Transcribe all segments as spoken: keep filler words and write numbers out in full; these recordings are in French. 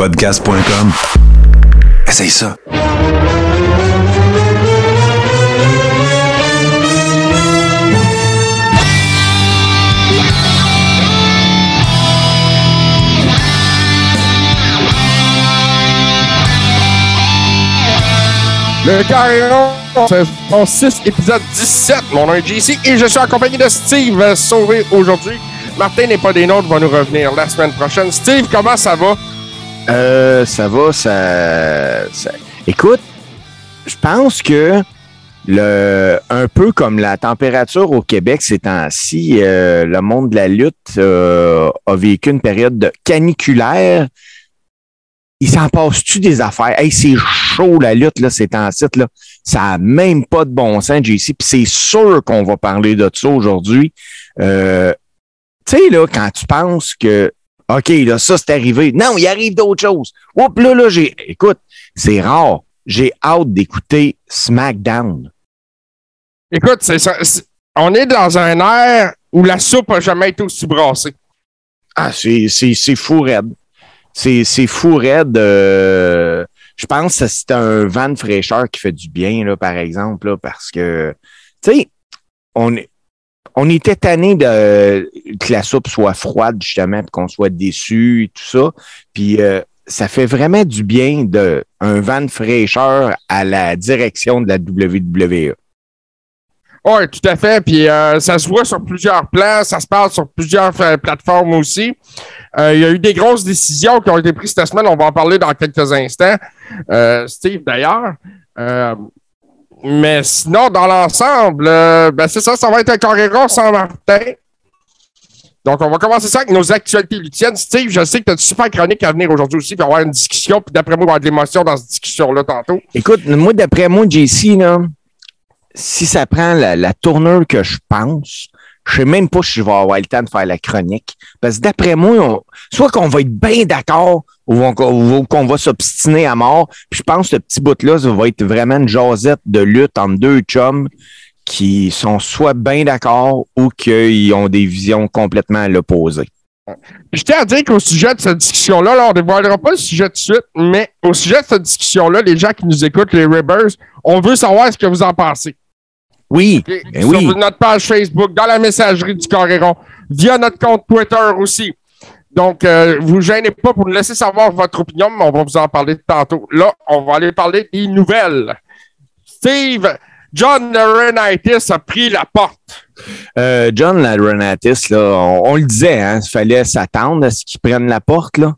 podcast point com. Essaye ça. Le Carréron, saison six, épisode dix-sept. Mon nom est J C et je suis en compagnie de Steve Sauvé aujourd'hui. Martin n'est pas des nôtres, va nous revenir la semaine prochaine. Steve, comment ça va? Euh, ça va, ça, ça... Écoute, je pense que le, un peu comme la température au Québec ces temps-ci, euh, le monde de la lutte euh, a vécu une période de caniculaire. Il s'en passe-tu des affaires? Hey, c'est chaud la lutte là, ces temps-ci, là. Ça n'a même pas de bon sens, J C. Puis c'est sûr qu'on va parler de ça aujourd'hui. Euh, tu sais, là, quand tu penses que OK, là, ça, c'est arrivé. Non, il arrive d'autres choses. Oups, là, là, j'ai... Écoute, c'est rare. J'ai hâte d'écouter SmackDown. Écoute, c'est ça. C'est... On est dans un air où la soupe n'a jamais été aussi brassée. Ah, c'est, c'est, c'est fou raide. C'est, c'est fou raide. Euh... Je pense que c'est un vent de fraîcheur qui fait du bien, là, par exemple, là, parce que, tu sais, on est... On était tanné de que la soupe soit froide, justement, puis qu'on soit déçu et tout ça. Puis euh, ça fait vraiment du bien de un vent de fraîcheur à la direction de la W W E. Oui, tout à fait. Puis euh, ça se voit sur plusieurs plans, ça se parle sur plusieurs euh, plateformes aussi. Euh, il y a eu des grosses décisions qui ont été prises cette semaine. On va en parler dans quelques instants. Euh, Steve, d'ailleurs. Euh, Mais sinon, dans l'ensemble, euh, ben c'est ça, ça va être un Carréron sans Martin. Donc, on va commencer ça avec nos actualités luthiennes. Steve, je sais que tu as une super chronique à venir aujourd'hui aussi, puis avoir une discussion, puis d'après moi, il va y avoir de l'émotion dans cette discussion-là tantôt. Écoute, moi, d'après moi, J C, là, si ça prend la, la tournure que je pense, je sais même pas si je vais avoir le temps de faire la chronique. Parce que d'après moi, on, soit qu'on va être bien d'accord ou, on, ou qu'on va s'obstiner à mort. Puis je pense que ce petit bout-là, ça va être vraiment une jasette de lutte entre deux chums qui sont soit bien d'accord ou qu'ils ont des visions complètement à l'opposé. Je tiens à dire qu'au sujet de cette discussion-là, là, on ne dévoilera pas le sujet tout de suite, mais au sujet de cette discussion-là, les gens qui nous écoutent, les Ribbers, on veut savoir ce que vous en pensez. Oui, Okay. ben Sur oui. notre page Facebook, dans la messagerie du Carréron, via notre compte Twitter aussi. Donc, euh, vous ne gênez pas pour nous laisser savoir votre opinion, mais on va vous en parler tantôt. Là, on va aller parler des nouvelles. Steve, John Laurinaitis a pris la porte. Euh, John Laurinaitis, là, on, on le disait, hein, il fallait s'attendre à ce qu'il prenne la porte, là.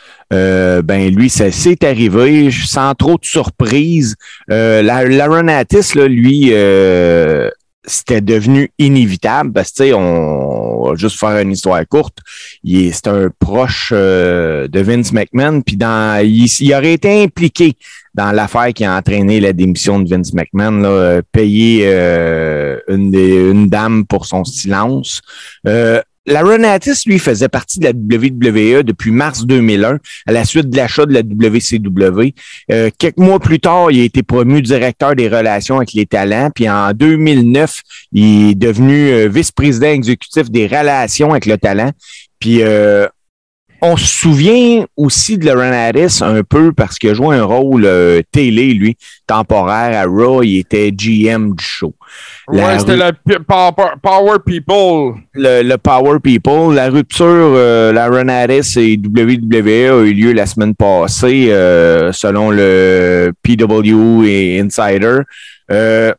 Euh, ben lui, ça s'est arrivé sans trop de surprise. Euh, la, Laurinaitis, là, lui, euh, c'était devenu inévitable parce que, tu sais, on va juste faire une histoire courte. Il est, c'est un proche euh, de Vince McMahon, puis dans, il, il aurait été impliqué dans l'affaire qui a entraîné la démission de Vince McMahon, là, payer euh, une, des, une dame pour son silence. Euh, Laurinaitis, lui, faisait partie de la W W E depuis mars deux mille un, à la suite de l'achat de la W C W. Euh, quelques mois plus tard, il a été promu directeur des relations avec les talents, puis en deux mille neuf, il est devenu euh, vice-président exécutif des relations avec le talent. Puis euh, on se souvient aussi de Laurinaitis un peu parce qu'il a joué un rôle euh, télé, lui, temporaire à Raw. Il était G M du show. La ouais, c'était ru- le p- Power People. Le, le Power People. La rupture, euh, Laurinaitis et W W E a eu lieu la semaine passée, euh, selon le P W et Insider. Euh,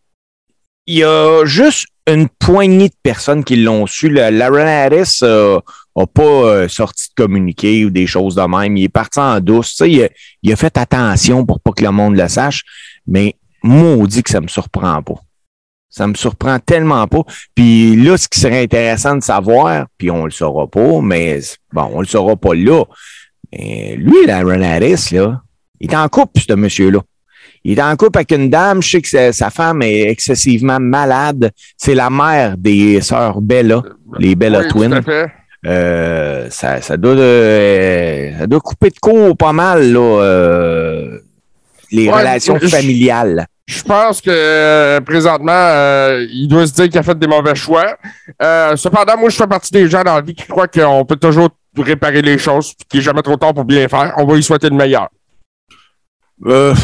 il y a juste une poignée de personnes qui l'ont su. Le, Laurinaitis euh, n'a pas euh, sorti de communiqué ou des choses de même. Il est parti en douce. Tu sais, il, a, il a fait attention pour pas que le monde le sache, mais maudit que ça me surprend pas. Ça me surprend tellement pas. Puis là, ce qui serait intéressant de savoir, puis on le saura pas, mais bon, on le saura pas là. Mais lui, Laurinaitis, là, il est en couple, ce monsieur-là. Il est en couple avec une dame, je sais que sa, sa femme est excessivement malade. C'est la mère des sœurs Bella, les Bella oui, Twins. Tout à fait. Euh, ça, ça, doit, euh, ça doit couper de court pas mal, là, euh, les ouais, relations je, familiales. Je pense que euh, présentement, euh, il doit se dire qu'il a fait des mauvais choix. Euh, cependant, moi, je fais partie des gens dans la vie qui croient qu'on peut toujours réparer les choses, puis qu'il n'est jamais trop tard pour bien faire. On va lui souhaiter le meilleur. Euh,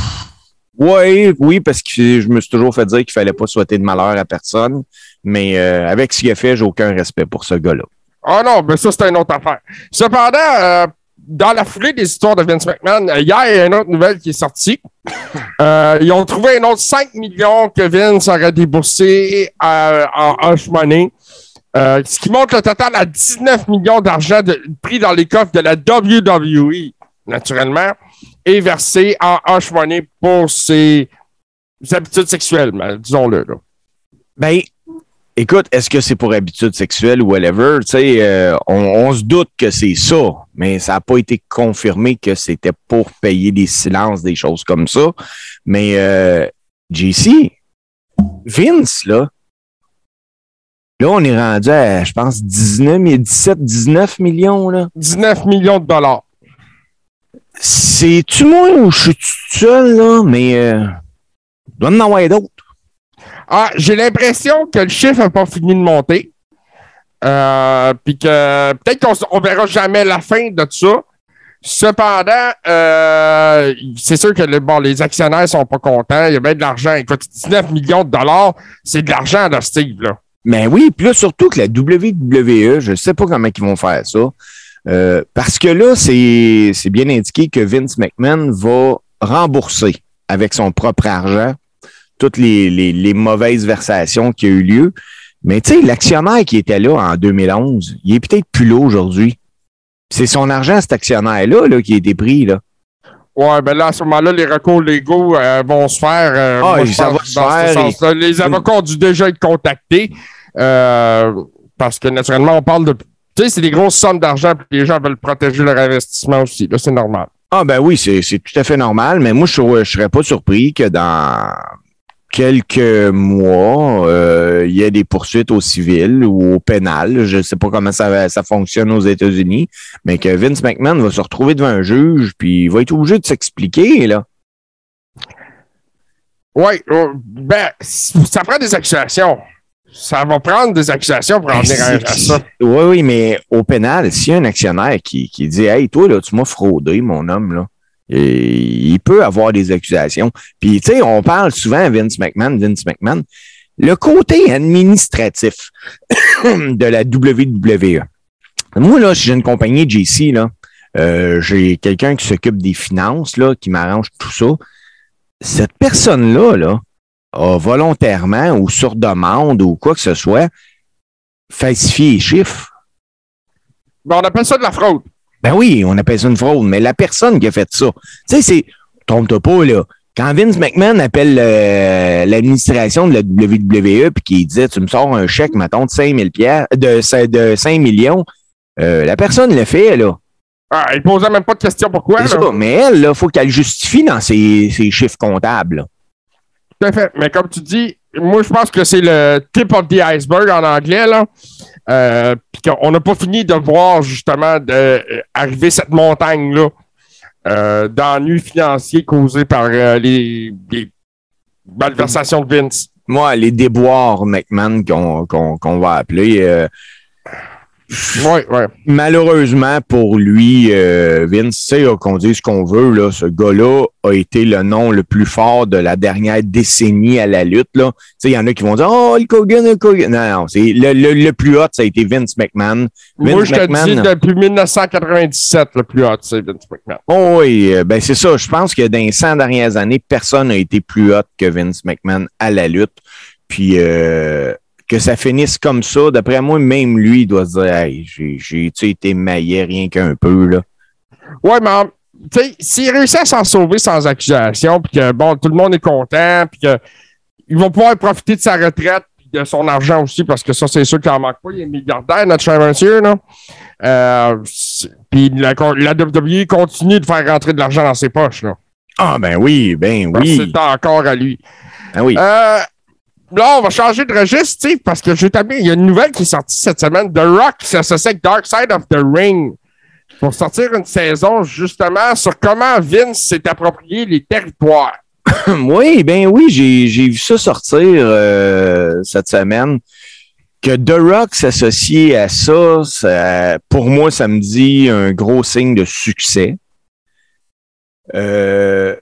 oui, oui, parce que je me suis toujours fait dire qu'il fallait pas souhaiter de malheur à personne. Mais euh, avec ce qu'il a fait, j'ai aucun respect pour ce gars-là. Ah oh non, mais ça, c'est une autre affaire. Cependant, euh, dans la foulée des histoires de Vince McMahon, hier, il y a une autre nouvelle qui est sortie. Euh, ils ont trouvé un autre cinq millions que Vince aurait déboursé euh, en hush money. Euh, ce qui monte le total à dix-neuf millions d'argent de, pris dans les coffres de la W W E, naturellement, et versé en hush money pour ses habitudes sexuelles, disons-le. Là. Ben, écoute, est-ce que c'est pour habitude sexuelle ou whatever? Tu sais, euh, on, on se doute que c'est ça, mais ça n'a pas été confirmé que c'était pour payer des silences, des choses comme ça. Mais euh, J C, Vince, là, là, on est rendu à, je pense, dix-neuf, dix-sept, dix-neuf millions, là. dix-neuf millions de dollars. C'est-tu moi ou je suis tout seul, là? Mais euh, il doit en avoir d'autres. Ah, j'ai l'impression que le chiffre n'a pas fini de monter. Euh, Puis que peut-être qu'on ne verra jamais la fin de ça. Cependant, euh, c'est sûr que le, bon, les actionnaires ne sont pas contents. Il y a bien de l'argent. Écoute, dix-neuf millions de dollars, c'est de l'argent, là, Steve, là. Mais oui, puis là, surtout que la W W E, je ne sais pas comment ils vont faire ça. Euh, parce que là, c'est, c'est bien indiqué que Vince McMahon va rembourser avec son propre argent toutes les, les, les mauvaises versations qui ont eu lieu. Mais tu sais, l'actionnaire qui était là en deux mille onze, il est peut-être plus là aujourd'hui. C'est son argent, cet actionnaire-là, là, qui a été pris, là. Ouais, ben là, à ce moment-là, les recours légaux euh, vont se faire. Euh, ah, moi, ça va se faire. Et... Les avocats ont dû déjà être contactés euh, parce que, naturellement, on parle de... Tu sais, c'est des grosses sommes d'argent puis les gens veulent protéger leur investissement aussi. Là, c'est normal. Ah, ben oui, c'est, c'est tout à fait normal, mais moi, je ne serais pas surpris que dans quelques mois, euh, il y ait des poursuites au civil ou au pénal. Je ne sais pas comment ça, ça fonctionne aux États-Unis, mais que Vince McMahon va se retrouver devant un juge puis il va être obligé de s'expliquer, là. Oui, euh, ben, ça prend des accusations. Ça va prendre des accusations pour en venir à, à ça. Oui, oui, mais au pénal, s'il y a un actionnaire qui, qui dit « Hey, toi, là, tu m'as fraudé, mon homme, là », il peut avoir des accusations. Puis, tu sais, on parle souvent Vince McMahon, Vince McMahon. Le côté administratif de la W W E. Moi, là, si j'ai une compagnie J C, là, euh, j'ai quelqu'un qui s'occupe des finances, là, qui m'arrange tout ça. Cette personne-là, là, a volontairement ou sur demande ou quoi que ce soit falsifié les chiffres. Ben, on appelle ça de la fraude. Ben oui, on appelle ça une fraude, mais la personne qui a fait ça, tu sais, c'est, trompe-toi pas, là, quand Vince McMahon appelle euh, l'administration de la W W E puis qu'il disait, tu me sors un chèque, mettons, de cinq mille piastres, de, de cinq millions, euh, la personne le fait, là. Ah, il posait même pas de question pourquoi, c'est là. Ça, mais elle, là, faut qu'elle justifie dans ses, ses chiffres comptables, là. Tout à fait. Mais comme tu dis, moi, je pense que c'est le tip of the iceberg en anglais, là. Euh, puis qu'on n'a pas fini de voir, justement, de, euh, arriver cette montagne-là euh, d'ennuis financiers causés par euh, les, les malversations de Vince. Moi, les déboires McMahon qu'on, qu'on, qu'on va appeler... Euh, Ouais, ouais. Malheureusement pour lui, euh, Vince, tu sais, qu'on dise ce qu'on veut, là, ce gars-là a été le nom le plus fort de la dernière décennie à la lutte. Tu sais, il y en a qui vont dire « Oh, Hulk Hogan, Hulk Hogan. » Non, non, c'est le, le, le plus hot, ça a été Vince McMahon. Vince Moi, je McMahon, te dis depuis dix-neuf cent quatre-vingt-dix-sept, le plus hot, c'est Vince McMahon. Oh oui, ben c'est ça. Je pense que dans les cent dernières années, personne n'a été plus hot que Vince McMahon à la lutte. Puis... Euh, que ça finisse comme ça, d'après moi, même lui, il doit se dire hey, j'ai, j'ai été maillé rien qu'un peu, là. Ouais, mais tu sais, s'il réussit à s'en sauver sans accusation, puis que bon, tout le monde est content, puis qu'il va pouvoir profiter de sa retraite, puis de son argent aussi, parce que ça, c'est sûr qu'il n'en manque pas. Il est milliardaire, notre cher monsieur, là. Euh, puis la, la W W E continue de faire rentrer de l'argent dans ses poches, là. Ah, ben oui, ben parce oui. c'est encore à lui. Ben oui. Euh, Là, on va changer de registre, tu sais, parce que je t'avoue, il y a une nouvelle qui est sortie cette semaine. The Rock qui s'associe avec Dark Side of the Ring pour sortir une saison, justement, sur comment Vince s'est approprié les territoires. Oui, ben oui, j'ai, j'ai vu ça sortir euh, cette semaine. que The Rock s'associe à ça, ça, pour moi, ça me dit un gros signe de succès. Euh,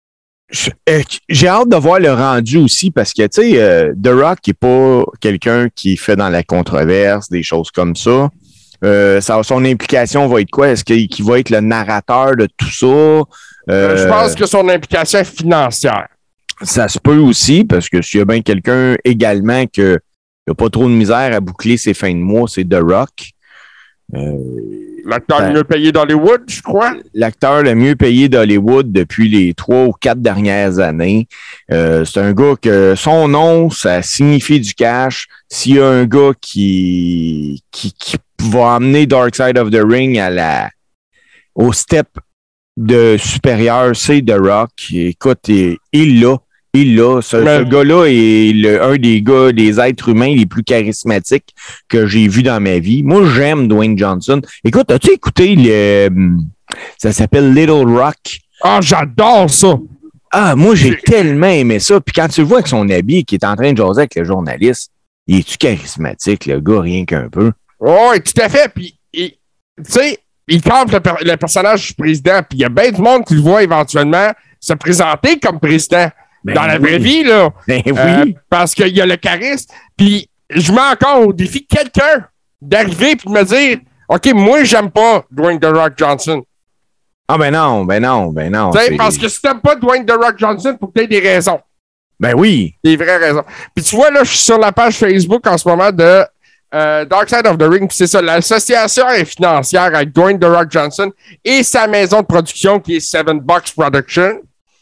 j'ai hâte de voir le rendu aussi parce que, tu sais, euh, The Rock n'est pas quelqu'un qui fait dans la controverse, des choses comme ça. Euh, ça son implication va être quoi? Est-ce qu'il, qu'il va être le narrateur de tout ça? Euh, euh, je pense que son implication est financière. Ça se peut aussi parce que s'il y a bien quelqu'un également que il n'a pas trop de misère à boucler ses fins de mois, c'est The Rock. Euh, L'acteur ben, le mieux payé d'Hollywood, je crois. L'acteur le mieux payé d'Hollywood depuis les trois ou quatre dernières années. Euh, c'est un gars que son nom, ça signifie du cash. S'il y a un gars qui, qui, qui va amener Dark Side of the Ring à la, au step de supérieur, c'est The Rock. Écoute, il, il l'a. Il l'a. Ce, Mais... ce gars-là est le, un des gars, des êtres humains les plus charismatiques que j'ai vu dans ma vie. Moi, j'aime Dwayne Johnson. Écoute, as-tu écouté le... Ça s'appelle Little Rock? Ah, j'adore ça! Ah, moi, j'ai tellement aimé ça. Puis quand tu le vois avec son habit qui est en train de jaser avec le journaliste, il est-tu charismatique, le gars, rien qu'un peu? Oui, tout à fait. Puis, tu sais, il campe le, per- le personnage du président. Puis il y a bien du monde qui le voit éventuellement se présenter comme président. Ben dans la vraie oui. vie, là. Ben oui. Euh, parce qu'il y a le charisme. Puis, je mets encore au défi quelqu'un d'arriver et de me dire OK, moi, j'aime pas Dwayne The Rock Johnson. Ah, ben non, ben non, ben non. Parce que si t'aimes pas Dwayne The Rock Johnson, faut que t'aies des raisons. Ben oui. Des vraies raisons. Puis, tu vois, là, je suis sur la page Facebook en ce moment de euh, Dark Side of the Ring. Puis, c'est ça. L'association est financière avec Dwayne The Rock Johnson et sa maison de production qui est Seven Bucks Production.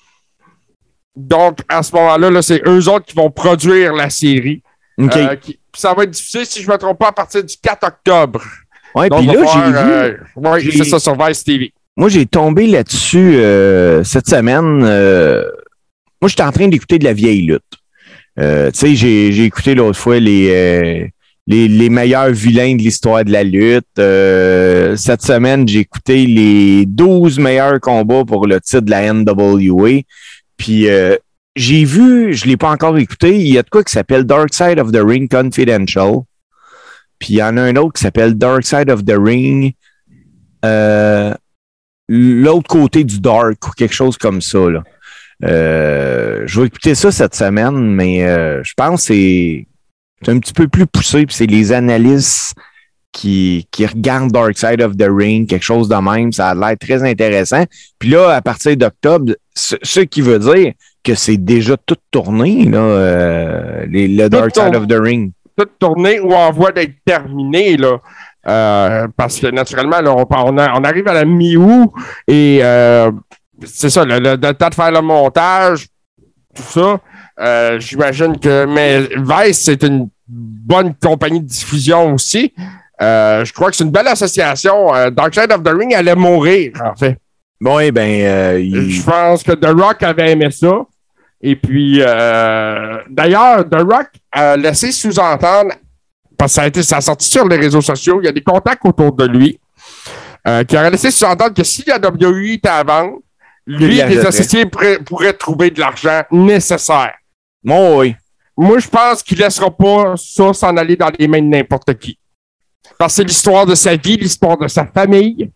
Donc, à ce moment-là, là, c'est eux autres qui vont produire la série. OK. Euh, qui, ça va être diffusé, si je ne me trompe pas, à partir du quatre octobre. Oui, puis là, voir, j'ai euh, vu... Oui, j'ai... c'est ça, sur Vice T V. Moi, j'ai tombé là-dessus euh, cette semaine. Euh... Moi, j'étais en train d'écouter de la vieille lutte. Euh, tu sais, j'ai, j'ai écouté l'autre fois les, euh, les, les meilleurs vilains de l'histoire de la lutte. Euh, cette semaine, j'ai écouté les douze meilleurs combats pour le titre de la N W A. Puis euh, j'ai vu, je ne l'ai pas encore écouté, il y a de quoi qui s'appelle Dark Side of the Ring Confidential. Puis il y en a un autre qui s'appelle Dark Side of the Ring, euh, l'autre côté du Dark ou quelque chose comme ça. Là. Euh, je vais écouter ça cette semaine, mais euh, je pense que c'est, c'est un petit peu plus poussé. Puis c'est les analystes qui, qui regardent Dark Side of the Ring, quelque chose de même. Ça a l'air très intéressant. Puis là, à partir d'octobre, ce, ce qui veut dire que c'est déjà tout tourné, là, euh, les, le tout Dark Side tourne, of the Ring. Tout tourné ou en voie d'être terminé, là. Euh, parce que naturellement, là, on, on, a, on arrive à la mi-août et euh, c'est ça, le, le, le temps de faire le montage, tout ça. Euh, j'imagine que. Mais Vice, c'est une bonne compagnie de diffusion aussi. Euh, je crois que c'est une belle association. Euh, Dark Side of the Ring allait mourir, en fait. Oui, ben. Euh, il... Je pense que The Rock avait aimé ça. Et puis, euh, d'ailleurs, The Rock a laissé sous-entendre, parce que ça a été ça a sorti sur les réseaux sociaux, il y a des contacts autour de lui, euh, qui auraient laissé sous-entendre que si la W W E était à vendre, lui et les associés pourraient, pourraient trouver de l'argent nécessaire. Bon, oui. Moi, je pense qu'il ne laissera pas ça s'en aller dans les mains de n'importe qui. Parce que c'est l'histoire de sa vie, l'histoire de sa famille.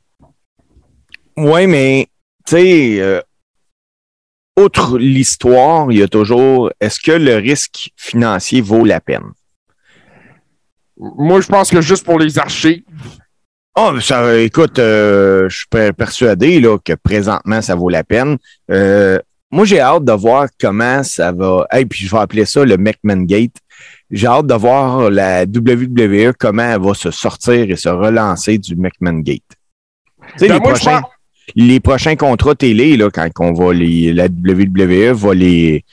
Oui, mais, tu sais, euh, outre l'histoire, il y a toujours, est-ce que le risque financier vaut la peine? Moi, je pense que juste pour les archives. Oh, ça, écoute, euh, je suis persuadé là, que présentement, ça vaut la peine. Euh, moi, j'ai hâte de voir comment ça va. Hey, puis je vais appeler ça le McMahon Gate. J'ai hâte de voir la W W E, comment elle va se sortir et se relancer du McMahon Gate. Tu sais, ben les, moi, prochains, pense... les prochains contrats télé, là, quand on va les, la W W E va les,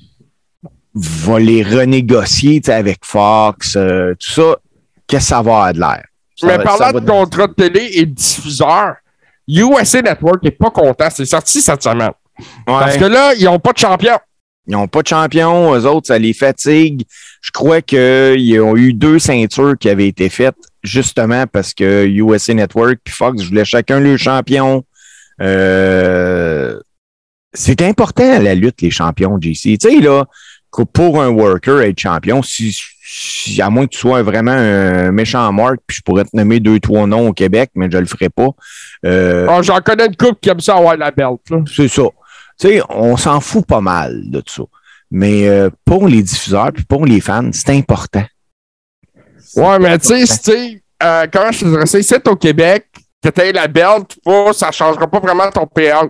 va les renégocier avec Fox, euh, tout ça, qu'est-ce que ça va avoir de l'air? Ça Mais va, parlant de contrat de télé et de diffuseur, U S A Network n'est pas content. C'est sorti cette semaine. Ouais. Parce que là, ils n'ont pas de champion. Ils n'ont pas de champion. Eux autres, ça les fatigue. Je crois qu'ils ont eu deux ceintures qui avaient été faites justement parce que U S A Network et Fox voulaient chacun le champion. Euh, c'est important, la lutte, les champions, J C. Tu sais, là, pour un worker être champion, si, si à moins que tu sois vraiment un méchant marque, puis je pourrais te nommer deux, trois noms au Québec, mais je le ferai pas. Euh, oh, j'en connais une couple qui aime ça avoir la belt. Là. C'est ça. Tu sais, on s'en fout pas mal de tout ça. Mais euh, pour les diffuseurs puis pour les fans, c'est important. C'est ouais, mais tu sais, euh, comment je te dirais ça, ici au Québec, que tu aies la belt, pas, ça ne changera pas vraiment ton payout.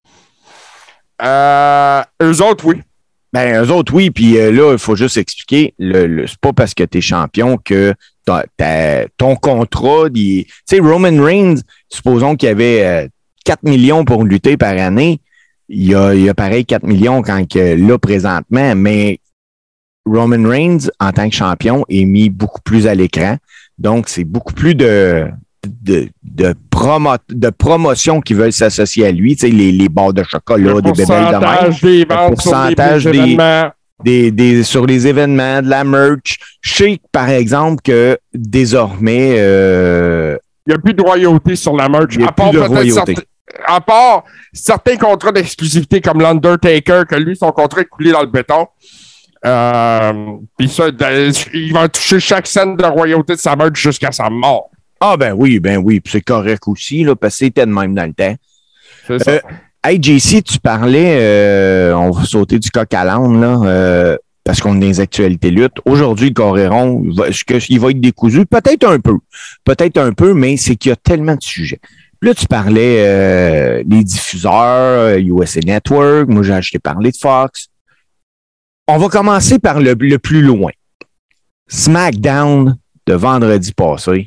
Euh, eux autres, oui. Ben, eux autres, oui. Puis euh, là, il faut juste expliquer, le, le, c'est pas parce que tu es champion que t'as, t'as, ton contrat, tu sais, Roman Reigns, supposons qu'il y avait euh, quatre millions pour lutter par année. Il y a, il y a pareil quatre millions quand que là, présentement, mais Roman Reigns, en tant que champion, est mis beaucoup plus à l'écran. Donc, c'est beaucoup plus de, de, de, promo, de promotion qui veulent s'associer à lui. Tu sais, les, les barres de chocolat, des bébelles de même. Des ventes le pourcentage sur les des, événements. Des, des, sur les événements, de la merch. Je sais, par exemple, que désormais... Euh, il n'y a plus de royauté sur la merch. Il n'y a à part plus de royauté. Certains, à part certains contrats d'exclusivité comme l'Undertaker, que lui, son contrat est coulé dans le béton. Euh, Puis ça, il va toucher chaque scène de royauté de sa merch jusqu'à sa mort. Ah ben oui, ben oui. Puis c'est correct aussi, là, parce que c'était de même dans le temps. C'est ça. Euh, hey, J C, tu parlais, euh, on va sauter du coq à l'âne, là, euh, parce qu'on est dans les actualités luttes. Aujourd'hui, le Coréron, il va, il va être décousu. Peut-être un peu. Peut-être un peu, mais c'est qu'il y a tellement de sujets. Puis là, tu parlais euh, des diffuseurs, U S A Network. Moi, j'ai acheté parlé de Fox. On va commencer par le, le plus loin. SmackDown de vendredi passé.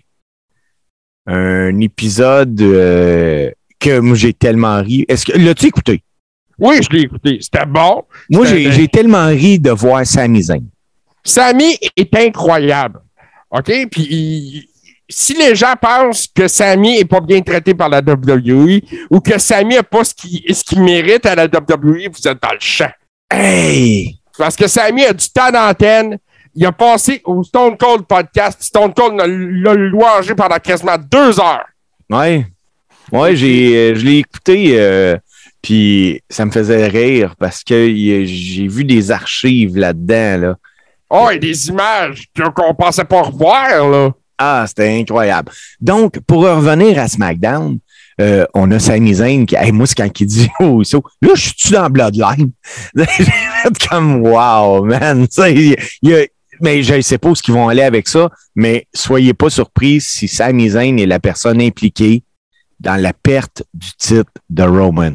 Un épisode euh, que moi, j'ai tellement ri. Est-ce que l'as-tu écouté? Oui, je l'ai écouté. C'était bon. Moi, C'était... j'ai, j'ai tellement ri de voir Sami Zayn. Sami est incroyable. OK? Puis, il... si les gens pensent que Sami n'est pas bien traité par la W W E ou que Sami n'a pas ce qu'il, ce qu'il mérite à la W W E, vous êtes dans le champ. Hey! Parce que Sami a du temps d'antenne. Il a passé au Stone Cold podcast. Stone Cold l'a louangé pendant quasiment deux heures. Ouais. Ouais, j'ai, je l'ai écouté, euh, puis ça me faisait rire parce que j'ai vu des archives là-dedans, là. Oh, et des images qu'on pensait pas revoir, là. Ah, c'était incroyable. Donc, pour revenir à SmackDown, euh, on a Sami Zayn qui, hey, moi, c'est quand il dit oh, so, là, je suis-tu dans Bloodline? J'ai fait comme, wow, man. Il y a, mais je ne sais pas où ils vont aller avec ça, mais soyez pas surpris si Sami Zayn est la personne impliquée dans la perte du titre de Roman.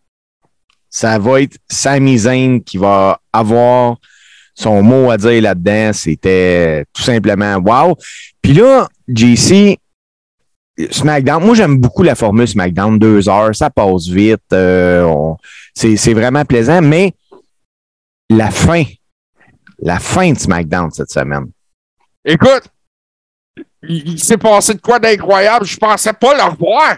Ça va être Sami Zayn qui va avoir son mot à dire là-dedans. C'était tout simplement wow. Puis là, J C, SmackDown, moi j'aime beaucoup la formule SmackDown, deux heures, ça passe vite, euh, on, c'est, c'est vraiment plaisant, mais la fin, la fin de SmackDown cette semaine. Écoute, il, il s'est passé de quoi d'incroyable, je pensais pas le revoir.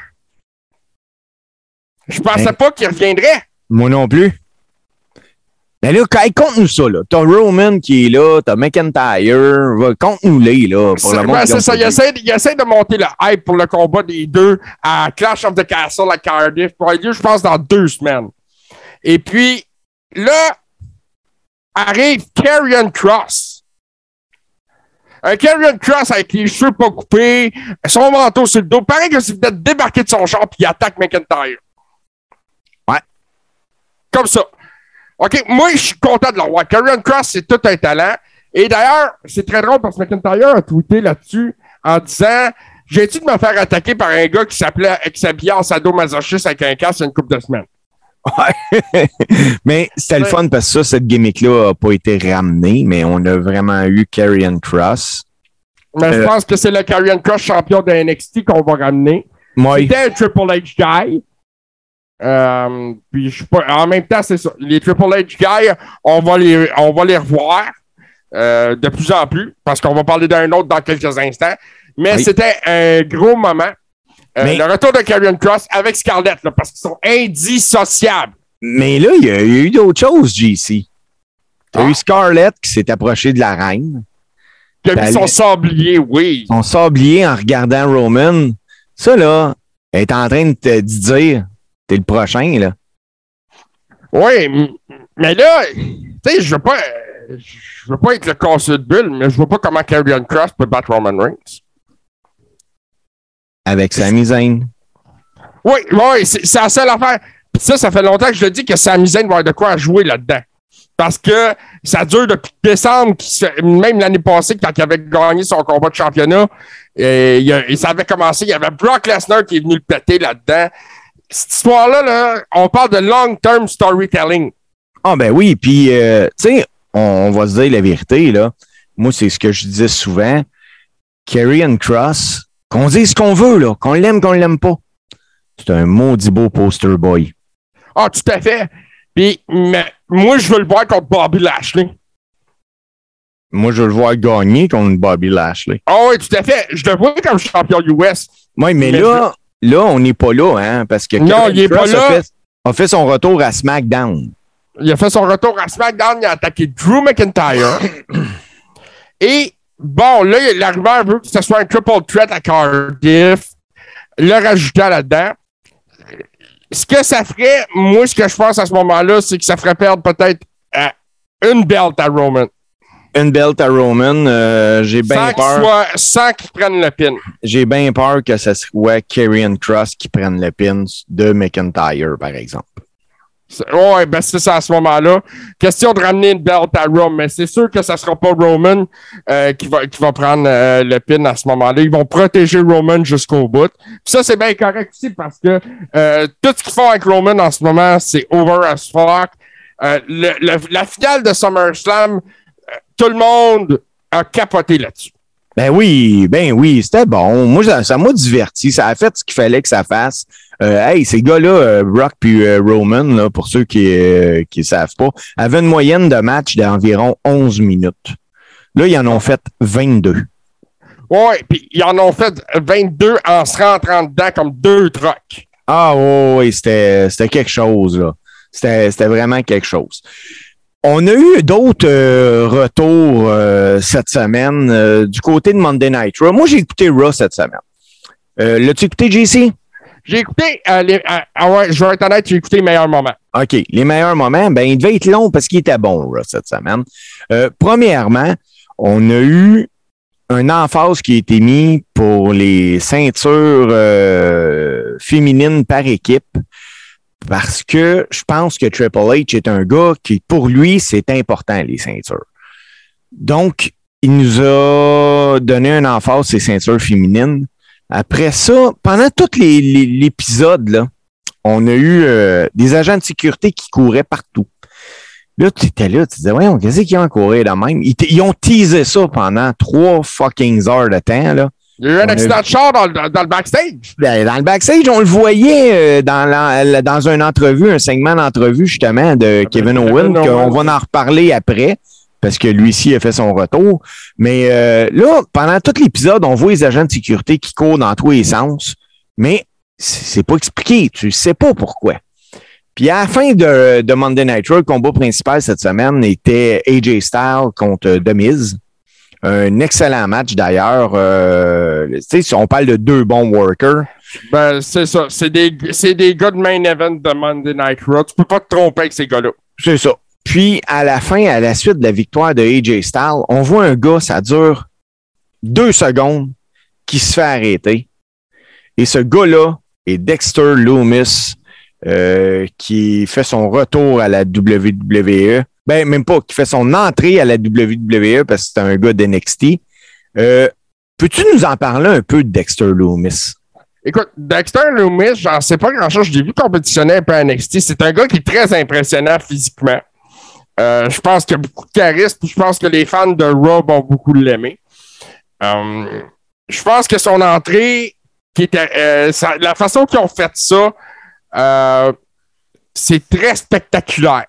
Je pensais ben, pas qu'il reviendrait. Moi non plus. Mais là, hey, conte-nous ça, là. T'as Roman qui est là, t'as McIntyre, va, conte-nous-les, là. Pour c'est, le ben, c'est ça, il essaie, il essaie de monter le hype pour le combat des deux à Clash of the Castle à Cardiff pour avoir lieu, je pense, dans deux semaines. Et puis, là, arrive Karrion Kross. Un Karrion Kross avec les cheveux pas coupés, son manteau sur le dos, pareil que s'il venait de débarquer de son char puis il attaque McIntyre. Ouais. Comme ça. OK, moi, je suis content de le voir. Karrion Kross, c'est tout un talent. Et d'ailleurs, c'est très drôle parce que McIntyre a tweeté là-dessus en disant « J'ai-tu de me faire attaquer par un gars qui s'appelait qui s'habillait en sadomasochiste avec un casque une couple de semaines? » Ouais. Mais c'était le fun parce que ça, cette gimmick-là n'a pas été ramenée, mais on a vraiment eu Karrion Kross. Mais euh, je pense que c'est le Karrion Kross champion de N X T qu'on va ramener. Ouais. C'était un Triple H guy. Euh, puis je suis pas, en même temps, c'est ça. Les Triple H guys, on va les, on va les revoir euh, de plus en plus parce qu'on va parler d'un autre dans quelques instants. Mais oui. C'était un gros moment. Euh, mais... Le retour de Karrion Kross avec Scarlett, là, parce qu'ils sont indissociables. Mais là, il y, y a eu d'autres choses, J C. Tu as ah. eu Scarlett qui s'est approchée de la reine. Qui a mis son sablier, oui. Son sablier en regardant Roman. Ça, là, elle est en train de te dire t'es le prochain, là. Oui, mais là, tu Tu sais, je veux pas. euh, Je veux pas être le casseux de bulle, mais je vois pas comment Karrion Kross peut battre Roman Reigns. Avec Sami Zayn. Oui, oui, c'est, c'est la seule affaire. Puis ça, ça fait longtemps que je le dis que Sami Zayn va avoir de quoi à jouer là-dedans. Parce que ça dure depuis décembre, qui se fait, même l'année passée, quand il avait gagné son combat de championnat, et, il a, et ça avait commencé, il y avait Brock Lesnar qui est venu le péter là-dedans. Cette histoire-là, là, on parle de long-term storytelling. Ah ben oui, puis euh, tu sais, on, on va se dire la vérité, là. Moi, c'est ce que je disais souvent. Karrion Kross, qu'on dise ce qu'on veut, là, qu'on l'aime, qu'on l'aime pas. C'est un maudit beau poster boy. Ah, tout à fait. Puis, mais, moi, je veux le voir contre Bobby Lashley. Moi, je veux le voir gagner contre Bobby Lashley. Ah oui, tout à fait. Je le vois comme champion U S. Oui, mais, mais là, je... là, on n'est pas là, hein, parce que non, il est pas là. A fait, a fait son retour à SmackDown. Il a fait son retour à SmackDown, il a attaqué Drew McIntyre. Et, bon, là, la rumeur veut que ce soit un triple threat à Cardiff. Le rajouter là-dedans. Ce que ça ferait, moi, ce que je pense à ce moment-là, c'est que ça ferait perdre peut-être euh, une belt à Roman. Une belt à Roman, euh, j'ai bien peur. Soit, sans qu'il prenne le pin. J'ai bien peur que ce soit Karrion Kross qui prenne le pin de McIntyre, par exemple. Oui, ben c'est ça à ce moment-là. Question de ramener une belt à Roman, mais c'est sûr que ça ne sera pas Roman euh, qui, va, qui va prendre euh, le pin à ce moment-là. Ils vont protéger Roman jusqu'au bout. Puis ça, c'est bien correct aussi parce que euh, tout ce qu'ils font avec Roman en ce moment, c'est over as fuck. Euh, le, le, la finale de SummerSlam, euh, tout le monde a capoté là-dessus. Ben oui, ben oui, c'était bon. Moi, ça, ça m'a diverti. Ça a fait ce qu'il fallait que ça fasse. Euh, hey, ces gars-là, euh, Brock puis euh, Roman, là, pour ceux qui euh, qui savent pas, avaient une moyenne de match d'environ onze minutes. Là, ils en ont fait vingt-deux. Oui, puis ils en ont fait vingt-deux en se rentrant dedans comme deux trucks. Ah oui, oui, c'était, c'était quelque chose, là. C'était, c'était vraiment quelque chose. On a eu d'autres euh, retours euh, cette semaine euh, du côté de Monday Night Raw. Moi, j'ai écouté Raw cette semaine. Euh, l'as-tu écouté, J C? J'ai écouté, euh, les, euh, ah ouais, je vais être honnête, j'ai écouté les meilleurs moments. OK. Les meilleurs moments, ben, il devait être long parce qu'il était bon, Raw, cette semaine. Euh, premièrement, on a eu un emphase qui a été mis pour les ceintures euh, féminines par équipe parce que je pense que Triple H est un gars qui, pour lui, c'est important, les ceintures. Donc, il nous a donné un emphase ces ceintures féminines. Après ça, pendant tout les, les, l'épisode, là, on a eu euh, des agents de sécurité qui couraient partout. Là, tu étais là, tu disais, ouais, qu'est-ce qu'ils ont couru de même? Ils, ils ont teasé ça pendant trois fucking heures de temps, là. Il y a eu un on accident a... de char dans, dans, dans le backstage. Ben, dans le backstage, on le voyait euh, dans, la, dans une entrevue, un segment d'entrevue, justement, de ah, Kevin ben, Owens, Kevin qu'on Owens. va en reparler après. Parce que lui-ci a fait son retour. Mais euh, là, pendant tout l'épisode, on voit les agents de sécurité qui courent dans tous les sens, mais c'est pas expliqué. Tu sais pas pourquoi. Puis à la fin de, de Monday Night Raw, le combat principal cette semaine était A J Styles contre The Miz. Un excellent match d'ailleurs. Euh, tu sais, on parle de deux bons workers. Ben, c'est ça. C'est des, c'est des gars de main event de Monday Night Raw. Tu peux pas te tromper avec ces gars-là. C'est ça. Puis, à la fin, à la suite de la victoire de A J Styles, on voit un gars, ça dure deux secondes, qui se fait arrêter. Et ce gars-là est Dexter Lumis, euh, qui fait son retour à la W W E. Ben, même pas, qui fait son entrée à la W W E parce que c'est un gars d'N X T. Euh, peux-tu nous en parler un peu de Dexter Lumis? Écoute, Dexter Lumis, j'en sais pas grand-chose. Je l'ai vu compétitionner un peu à N X T. C'est un gars qui est très impressionnant physiquement. Euh, je pense qu'il y a beaucoup de charisme, puis je pense que les fans de Raw vont beaucoup l'aimer. Euh, je pense que son entrée, qui était, euh, ça, la façon qu'ils ont fait ça, euh, c'est très spectaculaire.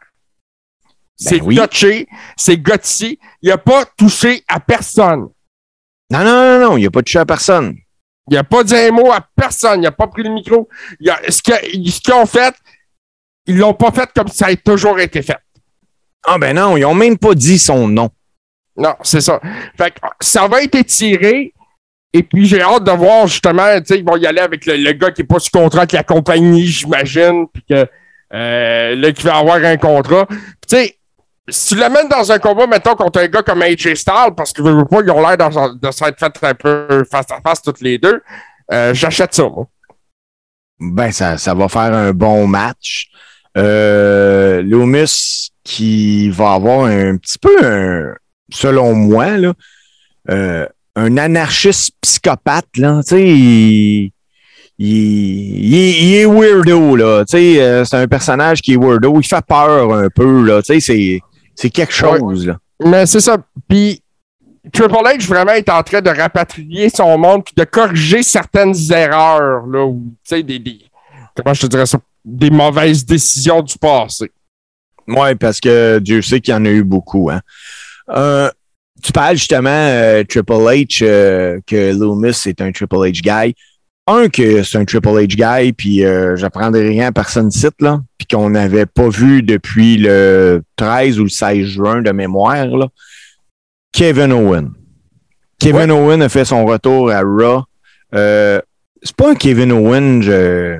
Ben c'est oui. touché, c'est gutsy. Il n'a pas touché à personne. Non, non, non, non, il n'a pas touché à personne. Il n'a pas dit un mot à personne. Il n'a pas pris le micro. Il a, ce, qu'ils, ce qu'ils ont fait, ils l'ont pas fait comme ça a toujours été fait. Ah ben non, ils n'ont même pas dit son nom. Non, c'est ça. Fait que ça va être étiré. Et puis, j'ai hâte de voir, justement, tu sais, ils vont y aller avec le, le gars qui n'est pas sous contrat avec la compagnie, j'imagine, puis que euh, là, qui va avoir un contrat. Tu sais, si tu l'amènes dans un combat, mettons, contre un gars comme A J Styles, parce que je veux pas, ils ont l'air de, de s'être fait un peu face à face toutes les deux, euh, j'achète ça, moi. Ben, ça, ça va faire un bon match. Euh, Lumis qui va avoir un petit peu, un, selon moi, là, euh, un anarchiste psychopathe, là, tu sais, il, il, il, il est weirdo, là, tu sais, euh, c'est un personnage qui est weirdo, il fait peur un peu, là, tu sais, c'est, c'est quelque chose, ouais. là. Mais c'est ça, puis Triple H vraiment est en train de rapatrier son monde puis de corriger certaines erreurs, là, ou, tu sais, des, des, comment je te dirais ça, des mauvaises décisions du passé. Oui, parce que Dieu sait qu'il y en a eu beaucoup, hein. Euh, tu parles justement euh, Triple H, euh, que Lumis est un Triple H guy. Un, que c'est un Triple H guy, puis euh, j'apprendrai rien à personne site, là, puis qu'on n'avait pas vu depuis le treize ou le seize juin de mémoire, là. Kevin Owen. Kevin ouais. Owen a fait son retour à Raw. Euh, c'est pas un Kevin Owen je,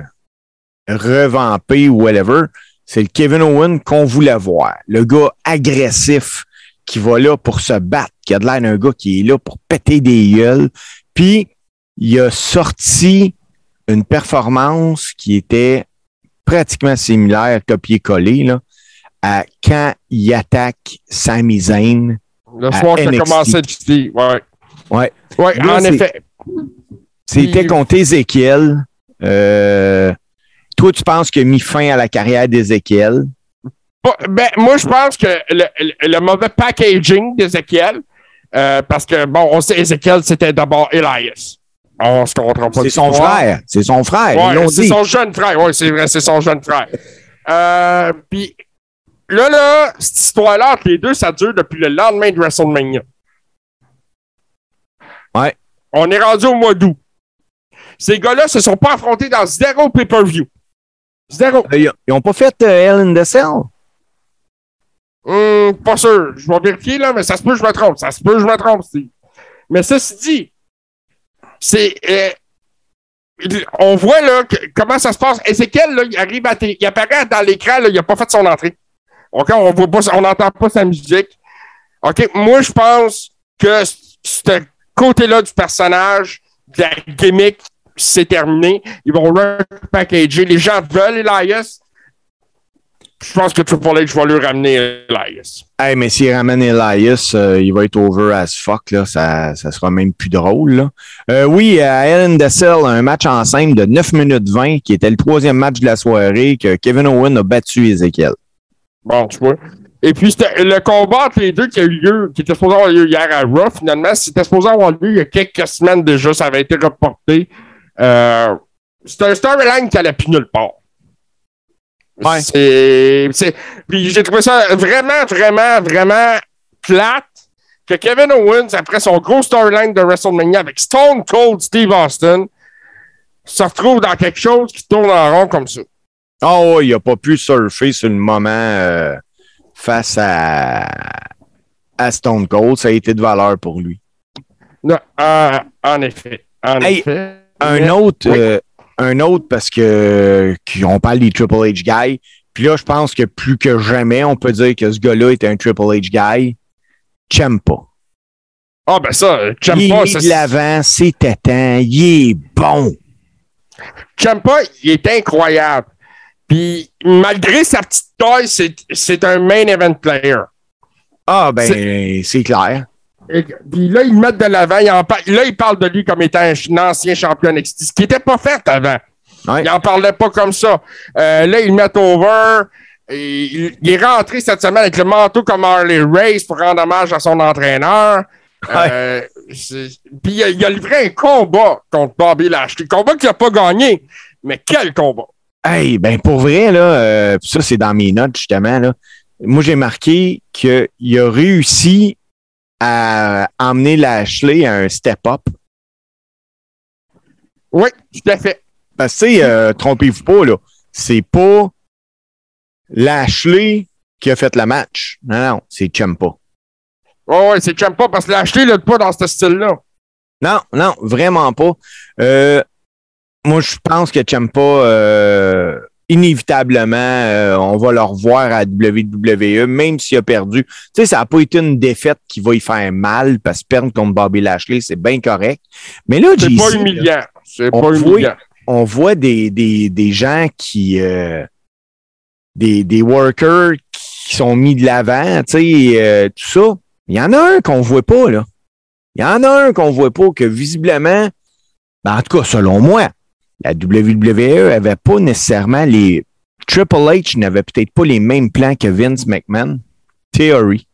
revampé ou whatever. C'est le Kevin Owen qu'on voulait voir. Le gars agressif qui va là pour se battre, qui a de l'air d'un gars qui est là pour péter des gueules. Puis, il a sorti une performance qui était pratiquement similaire, copier-coller, là, à quand il attaque Sami Zayn. Le soir qu'il a commencé à discuter, ouais. Ouais. Ouais, là, en c'est, effet. C'était Puis, contre Ézéchiel. Euh, toi, tu penses qu'il a mis fin à la carrière d'Ézéchiel? Ben, moi, je pense que le, le, le mauvais packaging d'Ézéchiel, euh, parce que, bon, on sait Ézéchiel, c'était d'abord Elias. On se comprend pas. C'est son frère. C'est son frère. Ouais, c'est dit. son jeune frère. Oui, c'est vrai, c'est son jeune frère. Euh, Puis là, là, cette histoire-là entre les deux, ça dure depuis le lendemain de WrestleMania. Ouais. On est rendu au mois d'août. Ces gars-là se sont pas affrontés dans zéro pay-per-view. Zéro. Euh, ils n'ont pas fait euh, Hell in the Cell? Hum, pas sûr. Je vais vérifier, là, mais ça se peut que je me trompe. Ça se peut que je me trompe, Steve. Mais ceci dit, c'est... Euh, on voit, là, que, comment ça se passe. Ézéchiel, là, il arrive à... T- il apparaît dans l'écran, là, il n'a pas fait son entrée. OK? On voit pas, on n'entend pas sa musique. OK? Moi, je pense que ce côté-là du personnage, de la gimmick, c'est terminé. Ils vont repackager. Les gens veulent Elias. Je pense que Triple H va lui ramener Elias. Hey, mais s'il ramène Elias, euh, il va être over as fuck. Là. Ça, ça sera même plus drôle. Là. Euh, oui, à Hell in the Cell, un match en simple de neuf minutes vingt, qui était le troisième match de la soirée, que Kevin Owen a battu Ézéchiel. Bon, tu vois. Et puis, c'était le combat entre les deux qui a eu lieu, qui était supposé avoir lieu hier à Raw, finalement, c'était supposé avoir lieu il y a quelques semaines déjà, ça avait été reporté. Euh, c'est un storyline qui allait plus nulle part. Ouais. C'est, c'est, puis j'ai trouvé ça vraiment, vraiment, vraiment plate que Kevin Owens, après son gros storyline de WrestleMania avec Stone Cold Steve Austin, se retrouve dans quelque chose qui tourne en rond comme ça. Oh, il n'a pas pu surfer sur le moment euh, face à, à Stone Cold. Ça a été de valeur pour lui. Non, euh, en effet. En hey, effet. Un Mais, autre... Oui. Euh, Un autre, parce que on parle des Triple H guys. Puis là, je pense que plus que jamais, on peut dire que ce gars-là est un Triple H guy. Ciampa. Ah, oh, ben ça, Ciampa... Il est ça, de l'avant, c'est tétan, il est bon. Ciampa, il est incroyable. Puis, malgré sa petite taille, c'est, c'est un main event player. Ah, ben, c'est, c'est clair. Et, puis là, ils le mettent de l'avant. Il en par... Là, ils parlent de lui comme étant un, un ancien champion N X T, ce qui n'était pas fait avant. Ouais. Ils n'en parlaient pas comme ça. Euh, là, ils le mettent over. Et, il, il est rentré cette semaine avec le manteau comme Harley Race pour rendre hommage à son entraîneur. Ouais. Euh, puis il a, il a livré un combat contre Bobby Lashley. Combat qu'il n'a pas gagné. Mais quel combat! Hey, ben pour vrai, là, euh, ça, c'est dans mes notes, justement. Là. Moi, j'ai marqué qu'il a réussi à emmener Lashley à un step-up. Oui, tout à fait. Parce que, tu sais, euh, trompez-vous pas, là, c'est pas Lashley qui a fait le match. Non, non, c'est Ciampa. Oui, oui, c'est Ciampa, parce que Lashley n'est pas dans ce style-là. Non, non, vraiment pas. Euh, moi, je pense que Ciampa euh, inévitablement, euh, on va le revoir à W W E, même s'il a perdu. Tu sais, ça n'a pas été une défaite qui va y faire mal, parce que perdre contre Bobby Lashley, c'est bien correct. Mais là, c'est J C, pas humiliant. Là, c'est on pas voit, humiliant. On voit des, des, des gens qui... Euh, des, des workers qui sont mis de l'avant, tu sais, euh, tout ça. Il y en a un qu'on voit pas, là. Il y en a un qu'on voit pas, que visiblement, ben en tout cas, selon moi, la W W E avait pas nécessairement les... Triple H n'avait peut-être pas les mêmes plans que Vince McMahon. Theory.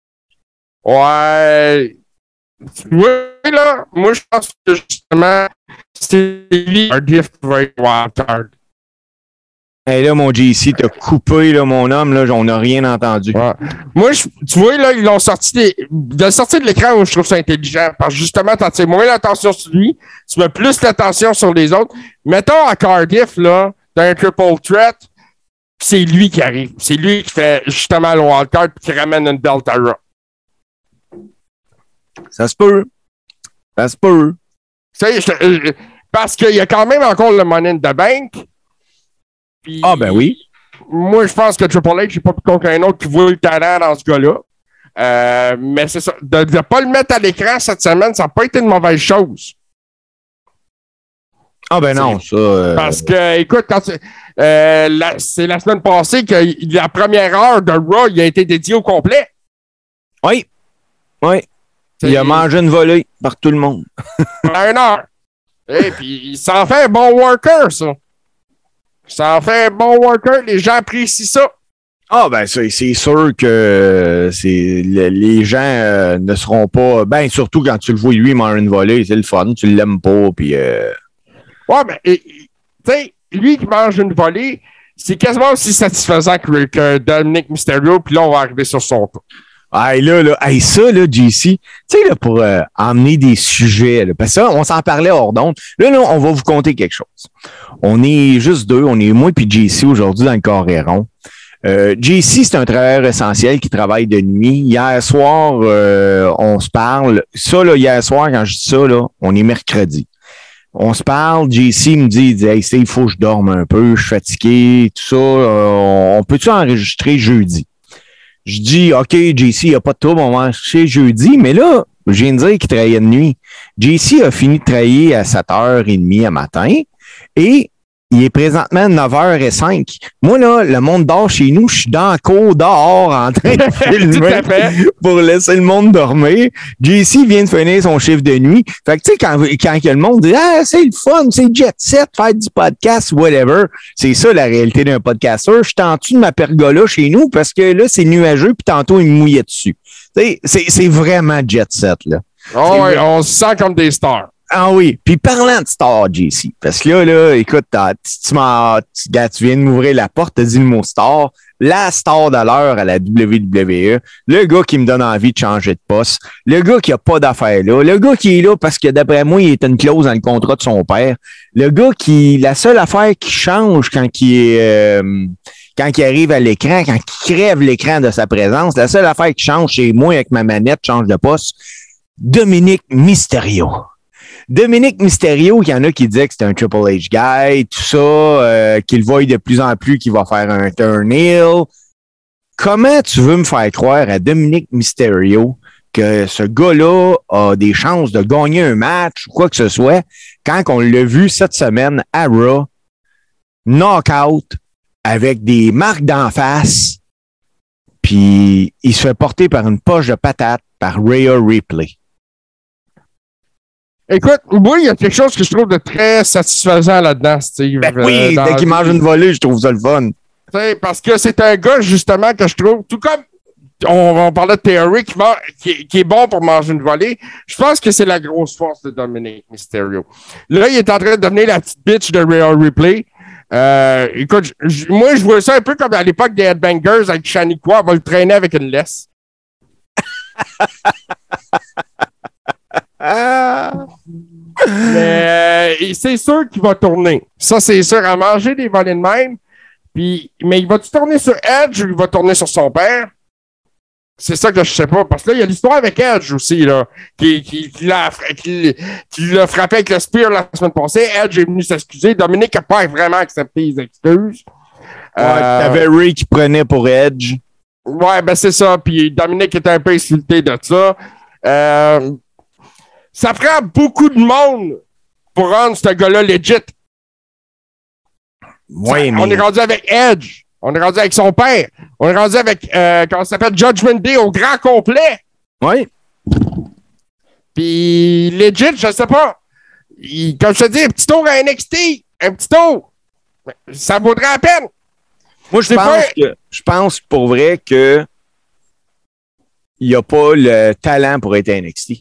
Ouais. Oui, là, moi, je pense que justement, c'est lui un gift qui va être wildcard. Hey, là, mon J C, t'as coupé, là, mon homme, là, on n'a rien entendu. Ouais. Moi, je, tu vois, là, ils l'ont sorti des, de le sortir de l'écran où je trouve ça intelligent. Parce que justement, tu attires moins l'attention sur lui, tu mets plus l'attention sur les autres. Mettons à Cardiff, là, dans un triple threat, c'est lui qui arrive. C'est lui qui fait justement le wildcard et qui ramène une belt à Raw. Ça se peut. Ça se peut. Tu sais, je, parce qu'il y a quand même encore le Money in the Bank. Puis, ah, ben oui. Moi, je pense que Triple H, j'ai pas plus con qu'un autre qui voit le talent dans ce gars-là. Euh, mais c'est ça. De ne pas le mettre à l'écran cette semaine, ça n'a pas été une mauvaise chose. Ah, ben non, ça. Euh... Parce que, écoute, quand tu, euh, la, c'est la semaine passée que la première heure de Raw, il a été dédié au complet. Oui. Oui. C'est... Il a mangé une volée par tout le monde. Pendant une heure. Et puis, ça en fait un bon worker, ça. Ça en fait un bon worker. Les gens apprécient ça. Ah, ben, c'est, c'est sûr que c'est, le, les gens euh, ne seront pas. Ben, surtout quand tu le vois, lui, manger une volée, c'est le fun. Tu l'aimes pas, puis. Euh... Ouais, ben, tu sais, lui qui mange une volée, c'est quasiment aussi satisfaisant que, que Dominic Mysterio, puis là, on va arriver sur son tour. Ah, là, là, hey, ça, là, J C, tu sais, là, pour euh, emmener des sujets, là, parce que ça, on s'en parlait hors d'onde. Là, là, on va vous conter quelque chose. On est juste deux, on est moi puis J C aujourd'hui dans le carré rond. Euh, J C, c'est un travailleur essentiel qui travaille de nuit. Hier soir, euh, on se parle. Ça, là, hier soir, quand je dis ça, là, on est mercredi. On se parle, J C me dit, il dit, hey, il faut que je dorme un peu, je suis fatigué, tout ça. Euh, on peut-tu enregistrer jeudi? Je dis, OK, J C, il n'y a pas de trouble, on va enregistrer jeudi, mais là, je viens de dire qu'il travaillait de nuit. J C a fini de travailler à sept heures trente à matin et il est présentement neuf heures cinq. Moi, là, le monde dort chez nous, je suis dans la cour dehors en train de filmer pour laisser le monde dormir. J C vient de finir son chiffre de nuit. Fait que, tu sais, quand, quand il y a le monde dit, ah, c'est le fun, c'est jet set, faire du podcast, whatever. C'est ça, la réalité d'un podcasteur. Je suis en dessous de ma pergola chez nous parce que là, c'est nuageux puis tantôt, il me mouillait dessus. Tu sais, c'est, c'est vraiment jet set, là. Oh, ouais, on se sent comme des stars. Ah oui. Puis parlant de star, J C, parce que là, là, écoute, tu, m'as, tu, tu viens de m'ouvrir la porte, tu as dit le mot star, la star de l'heure à la W W E, le gars qui me donne envie de changer de poste, le gars qui a pas d'affaires là, le gars qui est là parce que d'après moi, il est une clause dans le contrat de son père, le gars qui, la seule affaire qui change quand il est... Euh, quand il arrive à l'écran, quand il crève l'écran de sa présence, la seule affaire qui change, c'est moi avec ma manette, change de poste, Dominic Mysterio. Dominic Mysterio, il y en a qui disaient que c'était un Triple H guy, tout ça, euh, qu'il voit de plus en plus qu'il va faire un turn heel. Comment tu veux me faire croire à Dominic Mysterio que ce gars-là a des chances de gagner un match ou quoi que ce soit quand on l'a vu cette semaine à Raw, knockout, avec des marques d'en face, puis il se fait porter par une poche de patate par Rhea Ripley. Écoute, moi, il y a quelque chose que je trouve de très satisfaisant là-dedans, Steve. Ben oui, euh, dès qu'il mange une volée, je trouve ça le fun. Parce que c'est un gars, justement, que je trouve, tout comme on, on parlait de Theory qui, qui, qui est bon pour manger une volée, je pense que c'est la grosse force de Dominic Mysterio. Là, il est en train de devenir la petite bitch de Rhea Ripley. Euh, écoute, j- moi, je vois ça un peu comme à l'époque des Headbangers avec Shaniqua, on va le traîner avec une laisse. Mais euh, c'est sûr qu'il va tourner. Ça, c'est sûr. À manger des volets de même. Puis, mais il va-tu tourner sur Edge ou il va tourner sur son père? C'est ça que je sais pas. Parce que là, il y a l'histoire avec Edge aussi, là, qui, qui, qui, l'a, qui, qui l'a frappé avec le spear la semaine passée. Edge est venu s'excuser. Dominic n'a pas vraiment accepté les excuses. Ouais, euh, t'avais Ray qui prenait pour Edge. Ouais, ben c'est ça. Puis Dominic était un peu insulté de ça. Euh, ça prend beaucoup de monde pour rendre ce gars-là legit. Ouais, ça, mais... On est rendu avec Edge. On est rendu avec son père. On est rendu avec, euh, comment ça s'appelle, Judgment Day au grand complet. Oui. Puis legit, je sais pas. Il, comme je te dis, un petit tour à N X T. Un petit tour. Ça vaudrait la peine. Moi, je pense, pas... que, je pense pour vrai que il n'y a pas le talent pour être à N X T.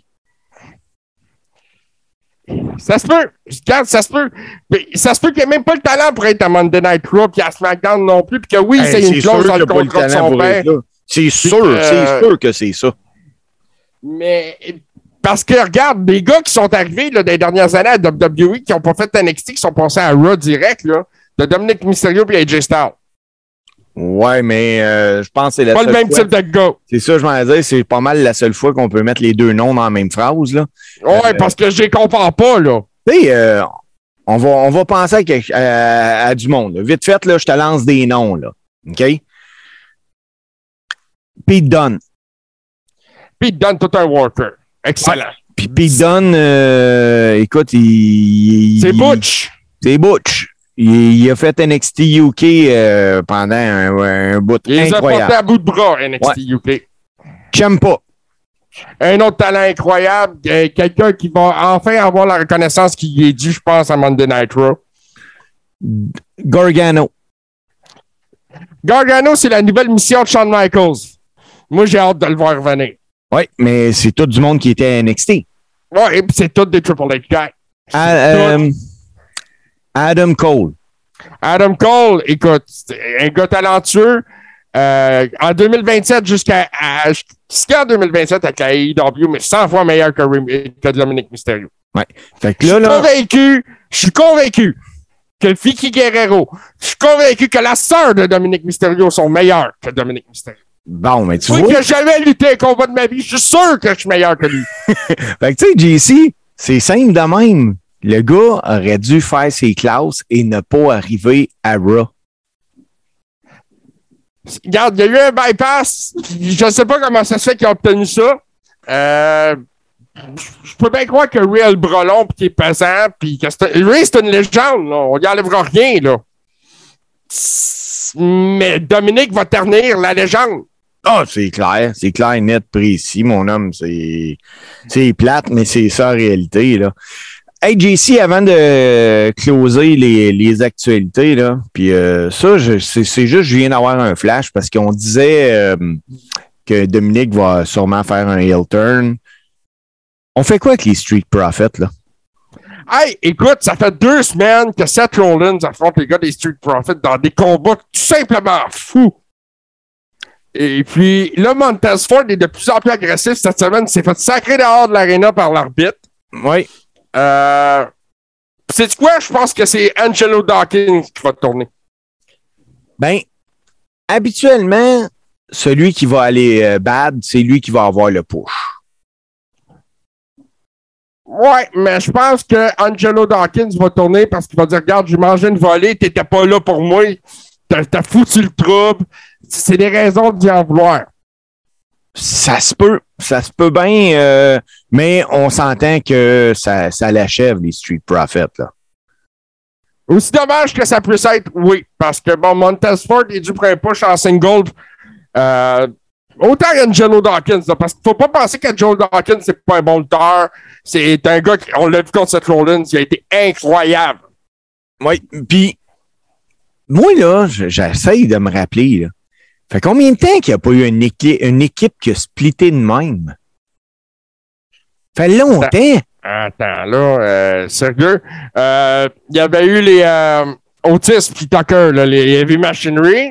Ça se peut. Regarde, ça se peut. Mais ça se peut qu'il n'y ait même pas le talent pour être à Monday Night Raw puis à SmackDown non plus. Puis que oui, hey, c'est une clause dans le contrat de son père. C'est sûr, euh... c'est sûr que c'est ça. Mais parce que regarde, des gars qui sont arrivés là, dans les dernières années à W W E qui n'ont pas fait N X T, qui sont passés à Raw direct, là, de Dominic Mysterio et A J Styles. Ouais, mais euh, je pense que c'est la pas seule le même fois. type de gars. C'est ça, je m'en dire, c'est pas mal la seule fois qu'on peut mettre les deux noms dans la même phrase. Là. Ouais, euh, parce que je les comprends pas, là. Tu sais, euh, on, va, on va penser à, quelque, à, à du monde. Là. Vite fait, là, je te lance des noms, là. OK? Pete Dunne. Pete Dunne, tout un worker. Excellent. Ouais. Puis Pete Dunne, euh, écoute, il... C'est il, Butch. C'est Butch. Il, il a fait N X T U K euh, pendant un, un bout il incroyable. Il les a portés à bout de bras, N X T ouais. U K. Ciampa. Un autre talent incroyable. Quelqu'un qui va enfin avoir la reconnaissance qui est due, je pense, à Monday Night Raw. Gargano. Gargano, c'est la nouvelle mission de Shawn Michaels. Moi, j'ai hâte de le voir revenir. Oui, mais c'est tout du monde qui était à N X T. Oui, et puis c'est tout des Triple H guys. Ah, euh, Adam Cole. Adam Cole, écoute, c'est un gars talentueux. Euh, en deux mille vingt-sept, jusqu'à, à, jusqu'en deux mille vingt-sept, avec la A E W, mais cent fois meilleur que, que Dominic Mysterio. Ouais. Fait que là, je suis là... convaincu, je suis convaincu que Vicky Guerrero, je suis convaincu que la sœur de Dominic Mysterio sont meilleures que Dominic Mysterio. Bon, mais tu oui, vois... que j'ai jamais lutté un combat de ma vie, je suis sûr que je suis meilleur que lui. Fait que tu sais, J C, c'est simple de même. Le gars aurait dû faire ses classes et ne pas arriver à Raw. Regarde, il y a eu un bypass. Je ne sais pas comment ça se fait qu'il a obtenu ça. Euh, je peux bien croire que Ray a le bras long et qu'il est pesant. Puis que c'est un, Ray, c'est une légende. Là. On n'y enlèvera rien. Là. Mais Dominic va ternir la légende. Ah, oh, c'est clair. C'est clair, net, précis, mon homme. C'est, c'est plate, mais c'est ça en réalité. Là. Hey, J C, avant de closer les, les actualités, là, puis euh, ça, je, c'est, c'est juste, je viens d'avoir un flash parce qu'on disait euh, que Dominic va sûrement faire un heel turn. On fait quoi avec les Street Profits, là? Hey, écoute, ça fait deux semaines que Seth Rollins affronte les gars des Street Profits dans des combats tout simplement fous. Et puis, là, Montez Ford est de plus en plus agressif cette semaine. Il s'est fait sacrer dehors de l'aréna par l'arbitre. Oui. Euh, sais-tu quoi? Je pense que c'est Angelo Dawkins qui va tourner. Ben, habituellement, celui qui va aller euh, bad, c'est lui qui va avoir le push. Ouais, mais je pense que Angelo Dawkins va tourner parce qu'il va dire, regarde, j'ai mangé une volée, t'étais pas là pour moi, t'as, t'as foutu le trouble. C'est des raisons d'y en vouloir. Ça se peut, ça se peut bien, euh, mais on s'entend que ça, ça l'achève, les Street Profits, là. Aussi dommage que ça puisse être, oui, parce que, bon, Montez Ford est dû pour un push en single. Euh, autant Angelo Dawkins, là, parce qu'il ne faut pas penser qu'Angelo Dawkins, c'est pas un bon lutteur. C'est un gars, qui, on l'a vu contre Seth Rollins, il a été incroyable. Oui, puis, moi, là, j'essaye de me rappeler, là. Fait combien de temps qu'il n'y a pas eu une équipe, une équipe qui a splitté de même? Fait longtemps. Attends, là, euh, sérieux. Euh, il y avait eu les euh, Otis puis Tucker, là, les Heavy Machinery.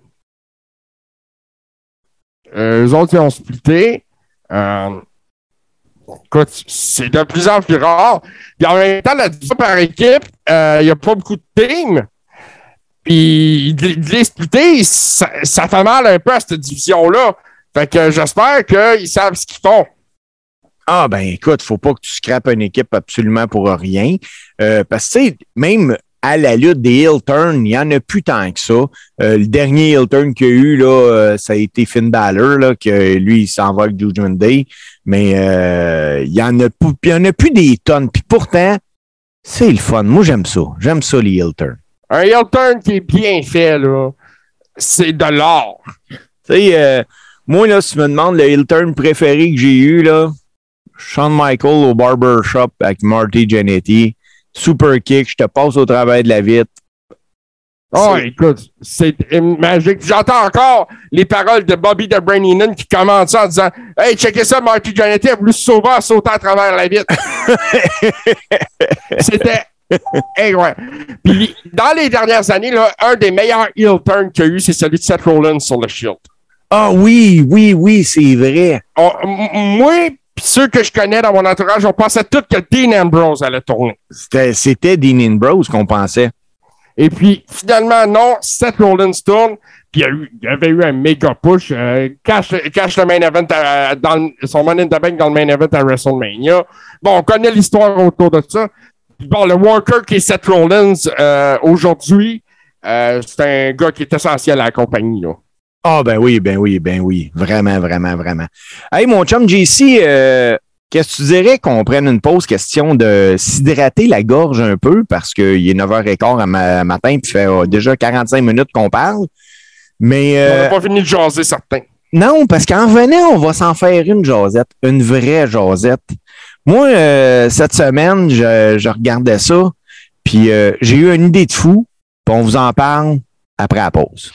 Euh, eux autres, ils ont splitté. Euh, écoute, c'est de plus en plus rare. Puis en même temps, la division par équipe, euh, il n'y a pas beaucoup de teams. Puis de les splitter, ça, ça fait mal un peu à cette division-là. Fait que j'espère qu'ils savent ce qu'ils font. Ah, ben écoute, faut pas que tu scrapes une équipe absolument pour rien. Euh, parce que, tu sais, même à la lutte des heel turns, il n'y en a plus tant que ça. Euh, le dernier heel turn qu'il y a eu, là, euh, ça a été Finn Balor, là, que lui, il s'en va avec Judgment Day. Mais euh, il n'y en a plus, il y en a plus des tonnes. Puis pourtant, c'est le fun. Moi, j'aime ça. J'aime ça, les heel turns. Un heel turn qui est bien fait, là, c'est de l'or. Tu sais, euh, moi, là, si tu me demandes le heel turn préféré que j'ai eu, là, Shawn Michaels au Barbershop avec Marty Jannetty, super kick, je te passe au travail de la vitre. Oh, c'est... écoute, c'est magique. J'entends encore les paroles de Bobby the Brain Heenan qui commence en disant « Hey, checkez ça, Marty Jannetty a voulu se sauver en sautant à travers la vitre. » C'était incroyable. Puis, dans les dernières années, là, un des meilleurs heel turns qu'il y a eu, c'est celui de Seth Rollins sur le Shield. Ah oui, oui, oui, c'est vrai. On, m- moi, puis ceux que je connais dans mon entourage, on pensait tous que Dean Ambrose allait tourner. C'était, c'était Dean Ambrose qu'on pensait. Et puis, finalement, non, Seth Rollins tourne, puis il y, a eu, il y avait eu un méga push, euh, cache, cache le main event, à, dans le, son Money in the Bank dans le main event à WrestleMania. Bon, on connaît l'histoire autour de ça. Bon, le worker qui est Seth Rollins, euh, aujourd'hui, euh, c'est un gars qui est essentiel à la compagnie, là. Ah, ben oui, ben oui, ben oui. Vraiment, vraiment, vraiment. Hey, mon chum J C, euh, qu'est-ce que tu dirais qu'on prenne une pause question de s'hydrater la gorge un peu parce qu'il est neuf heures quinze à ma, matin puis fait euh, déjà quarante-cinq minutes qu'on parle. Mais, euh, on n'a pas fini de jaser, certains. Non, parce qu'en revenant, on va s'en faire une jasette, une vraie jasette. Moi, euh, cette semaine, je, je regardais ça, puis euh, j'ai eu une idée de fou, puis on vous en parle après la pause.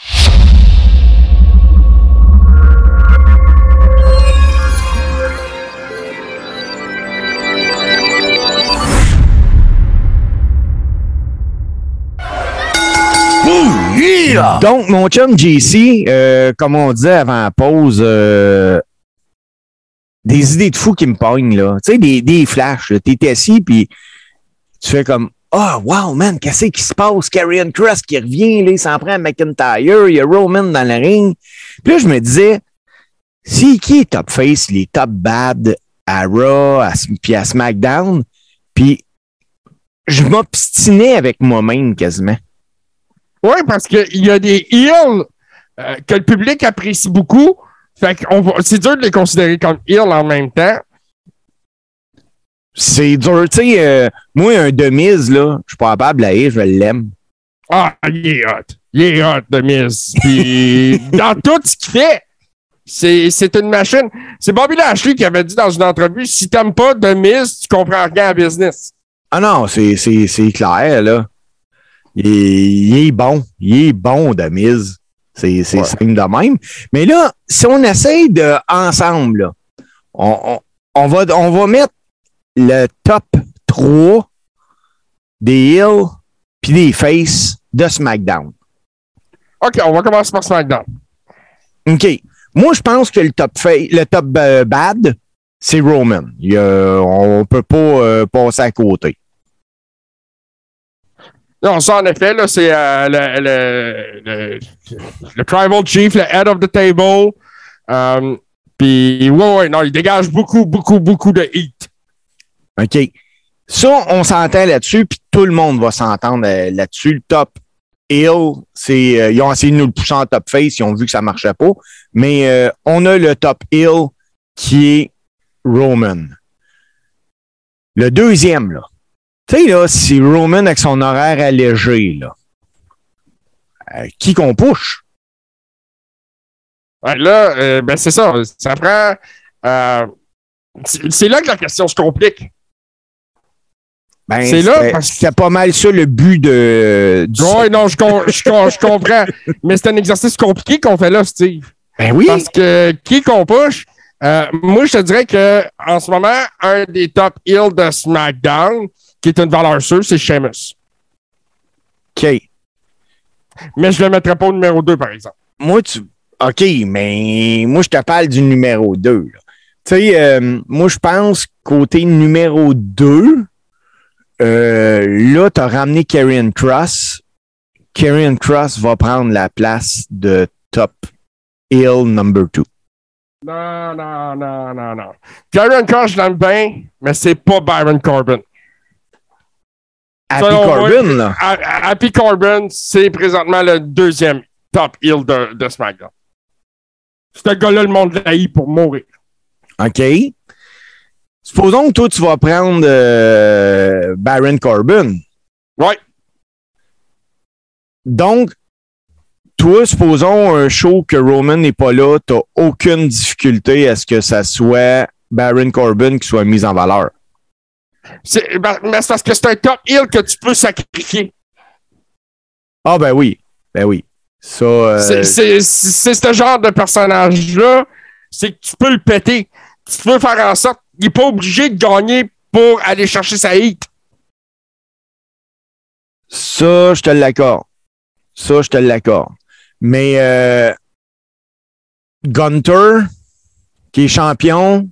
Ouh, yeah! Donc, mon chum J C, euh, comme on disait avant la pause, euh, des idées de fou qui me pognent, là. Tu sais, des, des flashs. T'es assis, puis tu fais comme « Ah, oh, wow, man, qu'est-ce qui se passe? Karrion Kross qui revient, là, il s'en prend à McIntyre, il y a Roman dans le ring. » Puis là, je me disais, si qui est top face, les top bad à Raw, à, puis à SmackDown, puis je m'obstinais avec moi-même quasiment. Oui, parce qu'il y a des heels euh, que le public apprécie beaucoup. Fait qu'on va, c'est dur de les considérer comme heels en même temps. C'est dur. Tu sais, euh, moi, un de-mise, là, je suis pas capable de l'haïr, je l'aime. Ah, il est hot. Il est hot, de Miz. Puis, dans tout ce qu'il fait, c'est, c'est une machine. C'est Bobby Lashley qui avait dit dans une entrevue, si t'aimes pas de Miz, tu comprends rien à business. Ah non, c'est, c'est, c'est clair, là. Il est, il est bon. Il est bon, de mise. C'est, c'est ouais. simple de même. Mais là, si on essaye de, ensemble, là, on, on, on, va, on va mettre le top trois des heels puis des faces de SmackDown. OK, on va commencer par SmackDown. OK. Moi, je pense que le top, fa- le top euh, bad, c'est Roman. Il, euh, on peut pas euh, passer à côté. Non, ça, en effet, là, c'est euh, le, le, le, le Tribal Chief, le Head of the Table. Euh, Puis, ouais, ouais, non, il dégage beaucoup, beaucoup, beaucoup de heat. OK. Ça, on s'entend là-dessus, puis tout le monde va s'entendre euh, là-dessus. Le top heel, c'est, euh, ils ont essayé de nous le pousser en top face, ils ont vu que ça marchait pas. Mais euh, on a le top heel qui est Roman. Le deuxième, là. Tu sais, là, c'est Roman avec son horaire allégé, là. Euh, qui qu'on push? Ouais, là, euh, ben c'est ça. Ça prend... Euh, c'est, c'est là que la question se complique. Ben, c'est là parce que c'est pas mal ça le but de... Du... Oui, non, je, com- je, com- je comprends. Mais c'est un exercice compliqué qu'on fait là, Steve. Ben oui. Parce que qui qu'on push... Euh, moi, je te dirais que en ce moment, un des top heels de SmackDown, qui est une valeur sûre, c'est Sheamus. OK. Mais je le mettrais pas au numéro deux, par exemple. Moi, tu... OK, mais moi, je te parle du numéro deux. Tu sais, euh, moi, je pense côté numéro deux, euh, là, tu as ramené Karrion Kross. Karrion Kross va prendre la place de top heel number two. Non, non, non, non, non. Karrion Kross, je l'aime bien, mais c'est pas Baron Corbin. Happy Selon Corbin, moi, là. Happy Corbin, c'est présentement le deuxième top heel de, de SmackDown. Ce gars-là, le monde l'a eu pour mourir. OK. Supposons que toi, tu vas prendre euh, Baron Corbin. Ouais. Donc, toi, supposons un show que Roman n'est pas là, tu n'as aucune difficulté à ce que ça soit Baron Corbin qui soit mis en valeur. C'est, ben, mais c'est parce que c'est un top heel que tu peux sacrifier. Ah, ben oui. Ben oui. Ça, euh... c'est, c'est, c'est ce genre de personnage-là, c'est que tu peux le péter. Tu peux faire en sorte qu'il n'est pas obligé de gagner pour aller chercher sa hit. Ça, je te l'accorde. Ça, je te l'accorde. Mais euh, Gunter, qui est champion.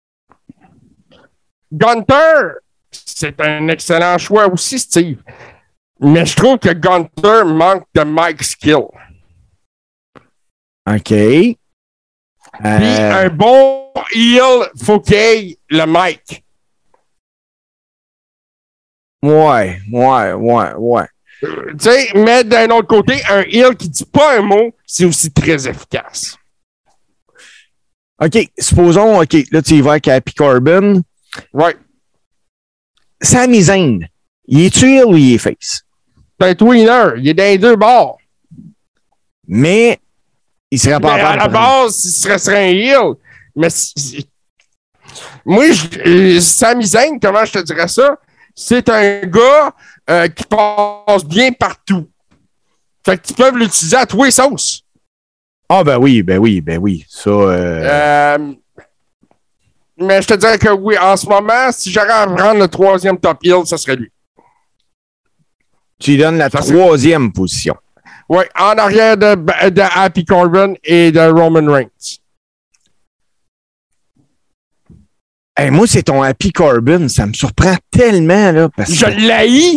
Gunter, c'est un excellent choix aussi, Steve. Mais je trouve que Gunter manque de mic skill. OK. Puis Euh... un bon heel, faut qu'il ait le mic. Ouais, ouais, ouais, ouais. Euh, tu sais, mais d'un autre côté, un heel qui dit pas un mot, c'est aussi très efficace. OK, supposons, OK, là, tu y vas avec Happy Corbin. Ouais. Sami Zayn, il est-tu heel ou il est face? C'est un tweener. Il est dans les deux bords. Mais il serait pas Mais à la base, il serait, serait un heel. Mais c'est, c'est... moi, je, Sami Zayn, comment je te dirais ça? C'est un gars euh, qui passe bien partout. Fait que tu peux l'utiliser à tous les sauces. Ah, ben oui, ben oui, ben oui. Ça. Euh... Euh, mais je te dirais que oui, en ce moment, si j'aurais à prendre le troisième top heel, ça serait lui. Tu lui donnes la ça troisième serait... position. Oui, en arrière de, de Happy Corbin et de Roman Reigns. Hey, moi, c'est ton Happy Corbin. Ça me surprend tellement. Là, parce je que... l'haïs.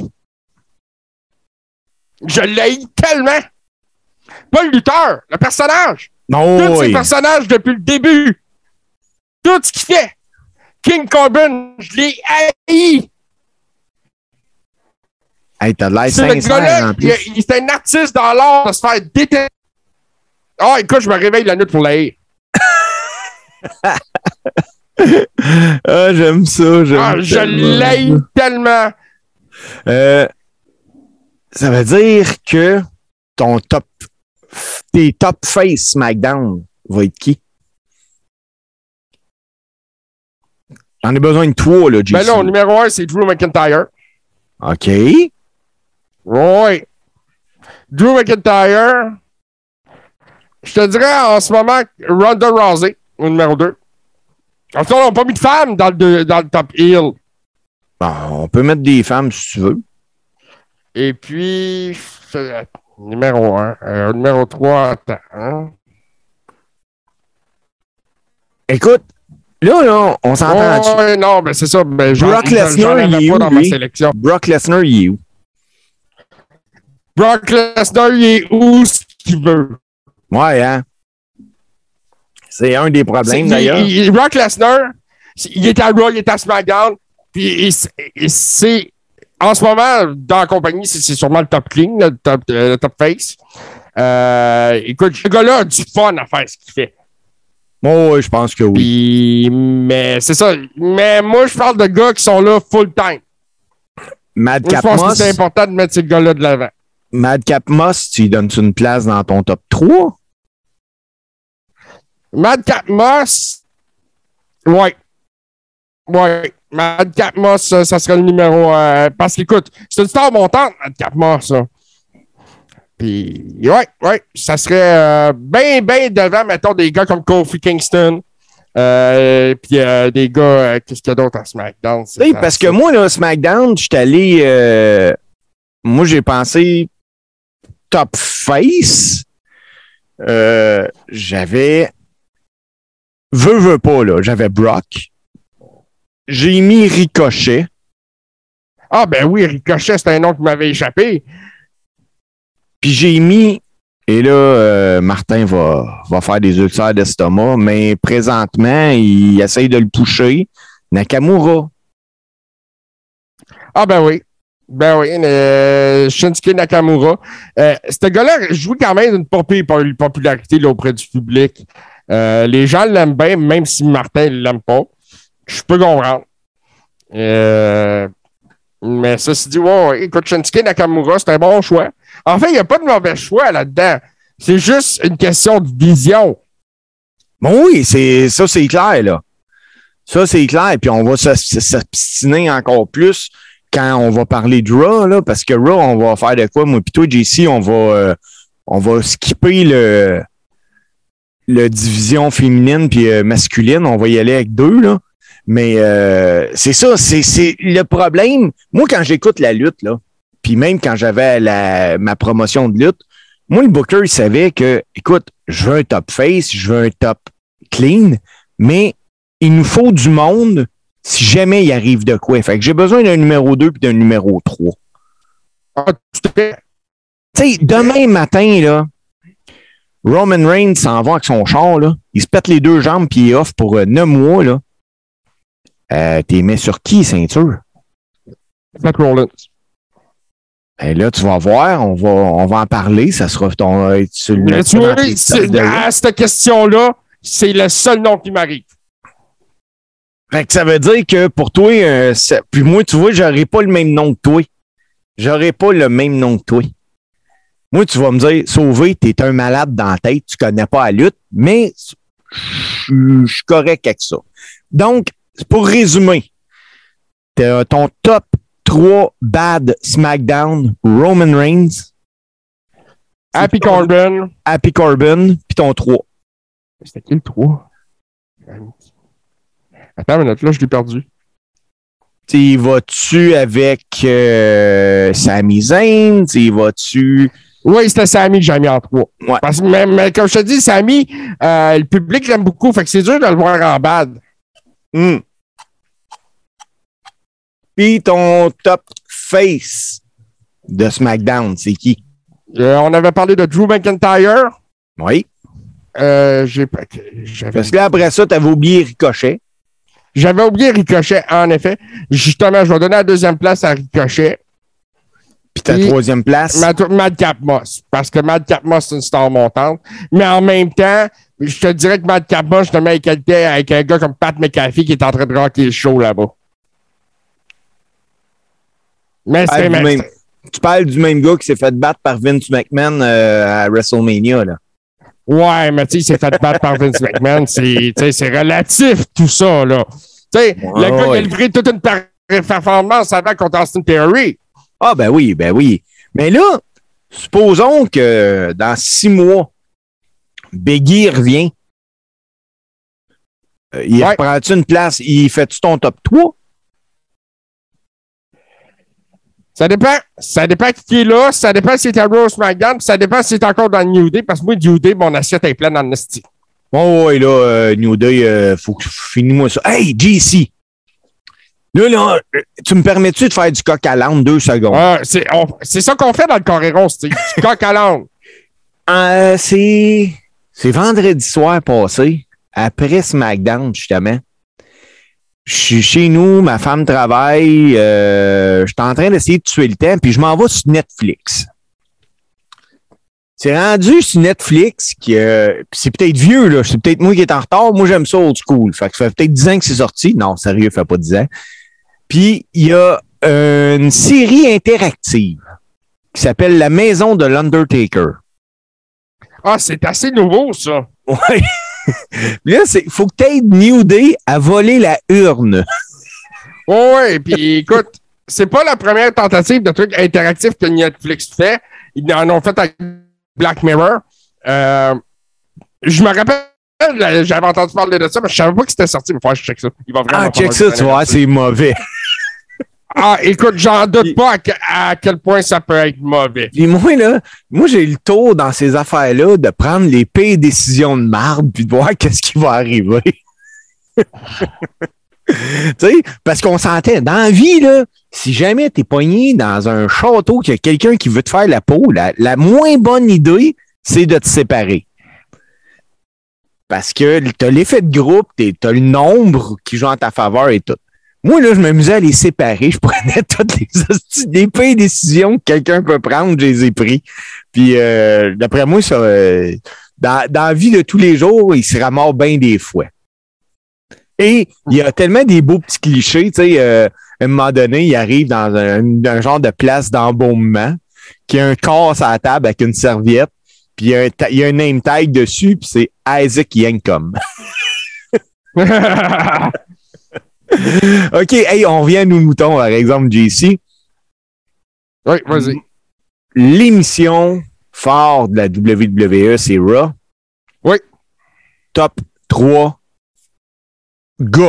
Je l'haïs tellement. Pas le lutteur, le personnage. Non, Tous oui. ses personnages depuis le début. Tout ce qu'il fait. King Corbin, je l'ai haï. Hey, t'as de l'air c'est le gars-là, en plus. il, il, c'est un artiste dans l'art de se faire détester. Ah, oh, écoute, je me réveille la nuit pour l'haïr. Ah, j'aime ça. J'aime ah, je l'haïs tellement. Euh, ça veut dire que ton top, tes top face SmackDown va être qui? J'en ai besoin de toi, là, J C. Ben non, numéro un, c'est Drew McIntyre. OK. Oui. Drew McIntyre. Je te dirais en ce moment Ronda Rousey, au numéro deux. En fait, on n'a pas mis de femmes dans le, dans le top heel. Bon, on peut mettre des femmes si tu veux. Et puis, numéro un. Euh, numéro trois, attends. Hein? Écoute, là, là, on s'entend dessus. Oui, non, ben c'est ça. Ben, Brock Lesnar, il est où, dans ma sélection. Brock Lesnar, il est où? Brock Lesnar, il est où ce qu'il veut. Ouais, hein? C'est un des problèmes, d'ailleurs. Il, il, Brock Lesnar, il est à Raw, il est à SmackDown, puis il, c'est... En ce moment, dans la compagnie, c'est, c'est sûrement le top clean, le top, euh, le top face. Euh, écoute, ce gars-là a du fun à faire ce qu'il fait. Oh, oui, je pense que oui. Puis, mais c'est ça. Mais moi, je parle de gars qui sont là full-time. Madcap Moss. Je pense Moss, que c'est important de mettre ces gars-là de l'avant. Madcap Moss, tu lui donnes-tu une place dans ton top trois? Madcap Moss, ouais. Ouais. Madcap Moss, ça, ça serait le numéro... Euh, parce qu'écoute, c'est une star montante, Madcap Moss. Là. Puis, ouais, ouais. Ça serait euh, bien, bien devant, mettons, des gars comme Kofi Kingston. Euh, puis euh, des gars... Euh, qu'est-ce qu'il y a d'autre à SmackDown? Oui, parce que moi, là, SmackDown, je suis allé... Euh, moi, j'ai pensé top face. Euh, j'avais... Veux, veux pas, là. J'avais Brock. J'ai mis Ricochet. Ah, ben oui, Ricochet, c'est un nom qui m'avait échappé. Puis j'ai mis, et là, euh, Martin va, va faire des ulcères d'estomac, mais présentement, il essaye de le pusher. Nakamura. Ah, ben oui. Ben oui, euh, Shinsuke Nakamura. Euh, ce gars-là joue quand même une popée popularité là, auprès du public. Euh, les gens l'aiment bien, même si Martin ne l'aime pas. Je peux comprendre. Euh, mais ça se dit, ouais, écoute, Shinsuke Nakamura, c'est un bon choix. En fait, il n'y a pas de mauvais choix là-dedans. C'est juste une question de vision. Bon, oui, c'est, ça, c'est clair, là. Ça, c'est clair. Puis on va s'obstiner encore plus quand on va parler de Raw, là, parce que Raw, on va faire de quoi? Moi, puis toi, J C, on va, euh, on va skipper le, le division féminine puis euh, masculine. On va y aller avec deux, là. Mais euh, c'est ça, c'est, c'est le problème. Moi, quand j'écoute la lutte, là, puis même quand j'avais la, ma promotion de lutte, moi, le booker, il savait que, écoute, je veux un top face, je veux un top clean, mais il nous faut du monde si jamais il arrive de quoi. Fait que j'ai besoin d'un numéro deux puis d'un numéro trois. Ah, tu sais, demain matin, là, Roman Reigns s'en va avec son char, là. Il se pète les deux jambes puis il est off pour euh, neuf mois, là. Euh, t'es mis sur qui, ceinture? Seth Rollins. Ben là, tu vas voir, on va, on va en parler. Ça sera ton. Euh, tu Mais tu vois, à cette question-là, c'est le seul nom qui m'arrive. Fait que ça veut dire que pour toi, euh, ça, puis moi, tu vois, j'aurais pas le même nom que toi. J'aurais pas le même nom que toi. Moi, tu vas me dire, Sauvé, t'es un malade dans la tête, tu connais pas la lutte, mais je suis correct avec ça. Donc, pour résumer, t'as ton top trois bad SmackDown, Roman Reigns, Happy Corbin, Happy Corbin, puis ton trois. C'était qui le trois? Attends une minute, là, je l'ai perdu. T'y vas-tu avec euh, Sami Zayn? T'y vas-tu... Oui, c'était Sami que j'ai mis en trois. Ouais. Parce que, mais, mais comme je te dis, Sami, euh, le public l'aime beaucoup, fait que c'est dur de le voir en bad. Mm. Puis ton top face de SmackDown, c'est qui? Euh, on avait parlé de Drew McIntyre. Oui. Euh, j'ai, j'avais... Parce que là, après ça, t'avais oublié Ricochet. J'avais oublié Ricochet, en effet. Justement, je vais donner la deuxième place à Ricochet. Puis ta Puis, troisième place? Mad- Madcap Moss. Parce que Madcap Moss, c'est une star montante. Mais en même temps, je te dirais que Madcap Moss, je te mets à égalité avec un gars comme Pat McAfee qui est en train de rocker le show là-bas. Mais tu, c'est parles même, même, tu parles du même gars qui s'est fait battre par Vince McMahon euh, à WrestleMania, là. Ouais, mais tu sais, il s'est fait battre par Vince McMahon. C'est, c'est relatif, tout ça, là. Tu sais, ouais, le gars, ouais. il a livré toute une performance avant contre Austin Theory. Ah, ben oui, ben oui. Mais là, supposons que dans six mois, Biggie revient. Euh, il ouais. reprend-tu une place? Il fait-tu ton top trois? Ça dépend. Ça dépend qui est là. Ça dépend si c'est à Raw SmackDown. Ça dépend si c'est encore dans le New Day. Parce que moi, New Day, mon assiette est pleine en esti. Oh, ouais, là, euh, New Day, euh, faut que je finisse-moi ça. Hey, J C! Là, là, tu me permets-tu de faire du coq à l'âne deux secondes? Euh, c'est, on, c'est ça qu'on fait dans le Coréron, c'est du coq à l'âne. Euh, c'est, c'est vendredi soir passé, après SmackDown, justement. Je suis chez nous, ma femme travaille, euh, je suis en train d'essayer de tuer le temps, puis je m'en vais sur Netflix. C'est rendu sur Netflix, qui, euh, c'est peut-être vieux, là, c'est peut-être moi qui est en retard, moi j'aime ça old school, fait que ça fait peut-être dix ans que c'est sorti, non, sérieux, ça fait pas dix ans. Puis il y a euh, une série interactive qui s'appelle La Maison de l'Undertaker. Ah, c'est assez nouveau, ça. Ouais. Là, il faut que tu aides New Day à voler la urne. Oh, ouais, puis écoute, c'est pas la première tentative de truc interactif que Netflix fait. Ils en ont fait avec Black Mirror. Euh, je me rappelle, j'avais entendu parler de ça, mais je savais pas que c'était sorti. Il va falloir que je check ça. Il va vraiment ah, check ça, tu vois, c'est mauvais. Ah, écoute, j'en doute pas à, à quel point ça peut être mauvais. Puis moi, là, moi, j'ai le tour dans ces affaires-là de prendre les pires décisions de marde puis de voir qu'est-ce qui va arriver. Tu sais, parce qu'on s'entend, dans la vie, là, si jamais t'es pogné dans un château qu'il y a quelqu'un qui veut te faire la peau, la, la moins bonne idée, c'est de te séparer. Parce que t'as l'effet de groupe, t'as le nombre qui joue en ta faveur et tout. Moi, là, je m'amusais à les séparer. Je prenais toutes les, les pires décisions que quelqu'un peut prendre, je les ai pris. Puis, euh, d'après moi, ça, euh, dans, dans la vie de tous les jours, il se ramasse bien des fois. Et il y a tellement des beaux petits clichés, tu sais, euh, à un moment donné, il arrive dans un, un genre de place d'embaumement, qui a un corps à la table avec une serviette, puis il y a un, il y a un name tag dessus, puis c'est Isaac Yankum. OK, hey, on revient à nos moutons, par exemple, J C. Oui, vas-y. L'émission phare de la W W E, c'est Raw. Oui. Top trois gars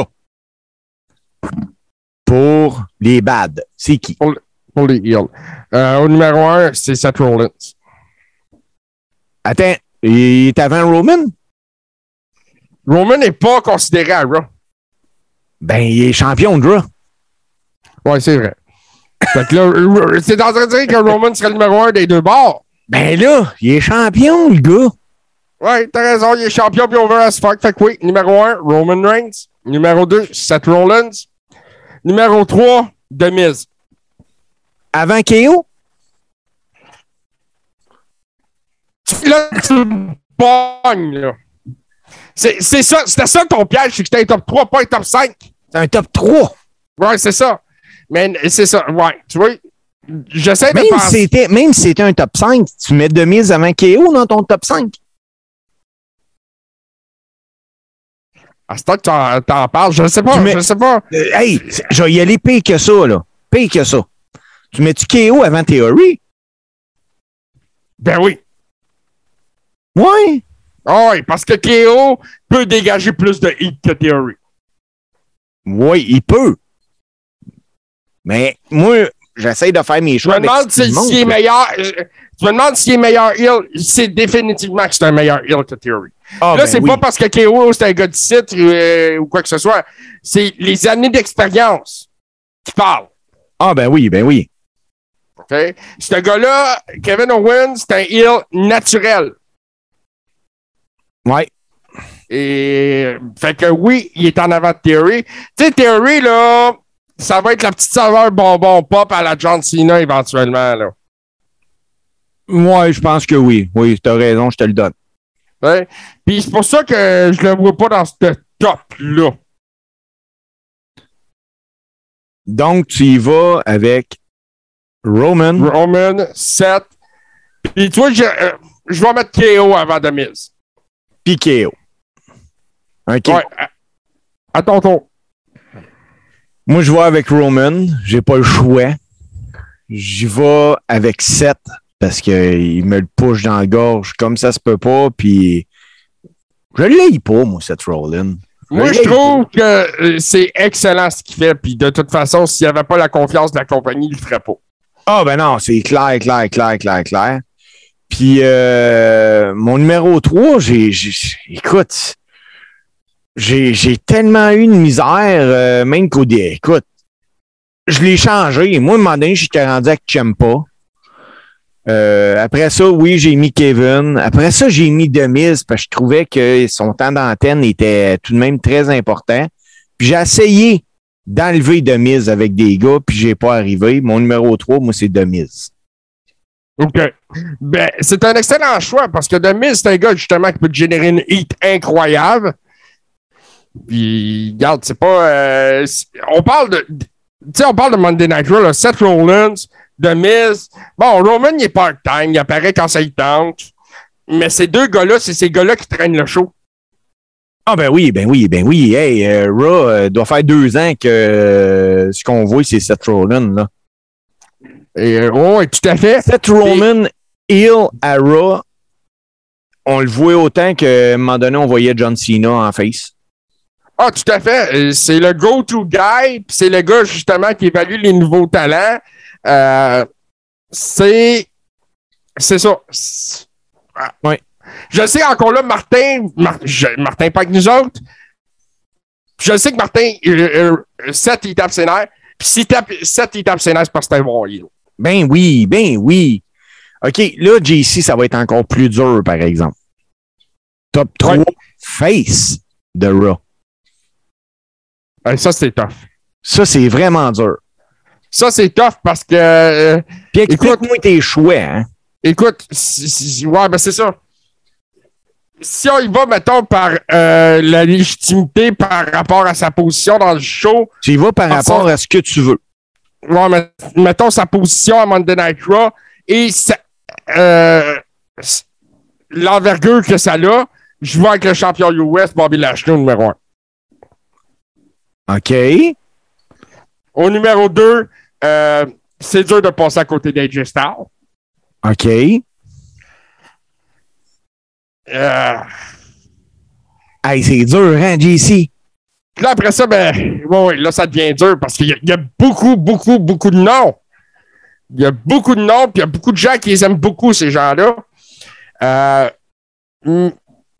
pour les bad. C'est qui? Pour, pour les heels. Euh, au numéro un, c'est Seth Rollins. Attends, il est avant Roman? Roman n'est pas considéré à Raw. Ben, il est champion de Raw. Oui, c'est vrai. Fait que là, c'est en train de dire que Roman serait le numéro un des deux bords. Ben là, il est champion, le gars. Ouais, t'as raison, il est champion puis over as fuck. Fait que oui, numéro un, Roman Reigns. Numéro deux, Seth Rollins. Numéro trois, The Miz. Avant K O? Là, tu me pognes, là. C'est, c'est ça, c'était ça ton piège, c'est que c'était un top trois, pas un top cinq. C'est un top trois. Ouais, c'est ça. Mais c'est ça, ouais, tu vois, j'essaie de Même penser. si c'était, même si c'était un top cinq, tu mets The Miz avant K O dans ton top cinq. À ce temps que t'en, t'en parles, je sais pas, mets, je sais pas. Euh, hey, je vais y aller pire que ça, là. Pire que ça. Tu mets-tu K O avant Theory? Ben oui. Ouais. Oh oui, parce que K O peut dégager plus de hit que Theory. Oui, il peut. Mais moi, j'essaie de faire mes choix. Je me demande s'il si, si est meilleur. Je me demande s'il est meilleur heel. C'est définitivement que c'est un meilleur heel que Theory. Ah, là, ben c'est oui. pas parce que K O c'est un gars de site euh, ou quoi que ce soit. C'est les années d'expérience qui parlent. Ah, ben oui, ben oui. OK? Ce gars-là, Kevin Owens, c'est un heel naturel. Ouais. Et fait que oui, il est en avant de Theory. Tu sais, Theory, là, ça va être la petite saveur bonbon pop à la John Cena éventuellement, là. Ouais, je pense que oui. Oui, t'as raison, je te le donne. Ouais. Puis c'est pour ça que je le vois pas dans ce top-là. Donc, tu y vas avec Roman. Roman, Seth. Puis tu vois, je, euh, je vais mettre K O avant The Miz. Puis K O. OK. Ouais. À, à ton tour. Moi, je vais avec Roman. J'ai pas le choix. J'y vais avec Seth parce qu'il me le push dans la gorge comme ça se peut pas. Puis je l'ai pas, moi, Seth Rollins. Moi, je trouve que euh, c'est excellent ce qu'il fait. Puis de toute façon, s'il n'y avait pas la confiance de la compagnie, il le ferait pas. Ah, ben non, c'est clair, clair, clair, clair, clair. Puis euh, mon numéro trois, j'ai, j'ai écoute, j'ai, j'ai tellement eu une misère, euh, même qu'au dé. Écoute, je l'ai changé. Moi, à un moment donné, j'étais rendu avec Ciampa. Euh, après ça, oui, j'ai mis Kevin. Après ça, j'ai mis The Miz parce que je trouvais que son temps d'antenne était tout de même très important. Puis j'ai essayé d'enlever The Miz avec des gars, puis j'ai pas arrivé. Mon numéro trois, moi, c'est The Miz. OK. Ben, c'est un excellent choix parce que The Miz, c'est un gars justement qui peut te générer une hit incroyable. Puis, regarde, c'est pas. Euh, c'est, on parle de. Tu sais, on parle de Monday Night Raw, là, Seth Rollins, The Miz. Bon, Roman, il est part-time, il apparaît quand ça y tente. Mais ces deux gars-là, c'est ces gars-là qui traînent le show. Ah, ben oui, ben oui, ben oui. Hey, euh, Raw euh, doit faire deux ans que euh, ce qu'on voit, c'est Seth Rollins, là. Et, euh, oh, oui, tout à fait. Seth Rollins, heel à Raw, on le voit autant qu'à un moment donné, on voyait John Cena en face. Ah, tout à fait. C'est le go-to guy, puis c'est le gars, justement, qui évalue les nouveaux talents. Euh, c'est... C'est ça. C'est... Oui. Je sais encore là, Martin... Mar... Je... Martin pas avec nous autres. Je sais que Martin... Euh, euh, Seth, il tape ses nerfs. Puis si tape... Seth, il tape ses nerfs, c'est parce que c'est un bon heel. Ben oui, ben oui. OK, là, J C, ça va être encore plus dur, par exemple. Top trois ouais. face de Raw. Ça, c'est tough. Ça, c'est vraiment dur. Ça, c'est tough parce que... Euh, Puis explique-moi tes choix, hein? Écoute, si, si, ouais, ben c'est ça. Si on y va, mettons, par euh, la légitimité par rapport à sa position dans le show... Tu y vas par rapport ça, à ce que tu veux. Ouais, mais, mettons sa position à Monday Night Raw et sa, euh, l'envergure que ça a, je vais avec le champion U S, Bobby Lashley, au numéro un. OK. Au numéro deux, euh, c'est dur de passer à côté d'A J Styles. OK. Euh... Hey, c'est dur, hein, J C? Là, après ça, ben, ouais, ouais, là, ça devient dur parce qu'il y a, il y a beaucoup, beaucoup, beaucoup de noms. Il y a beaucoup de noms, puis il y a beaucoup de gens qui les aiment beaucoup, ces gens-là. Euh... Mm.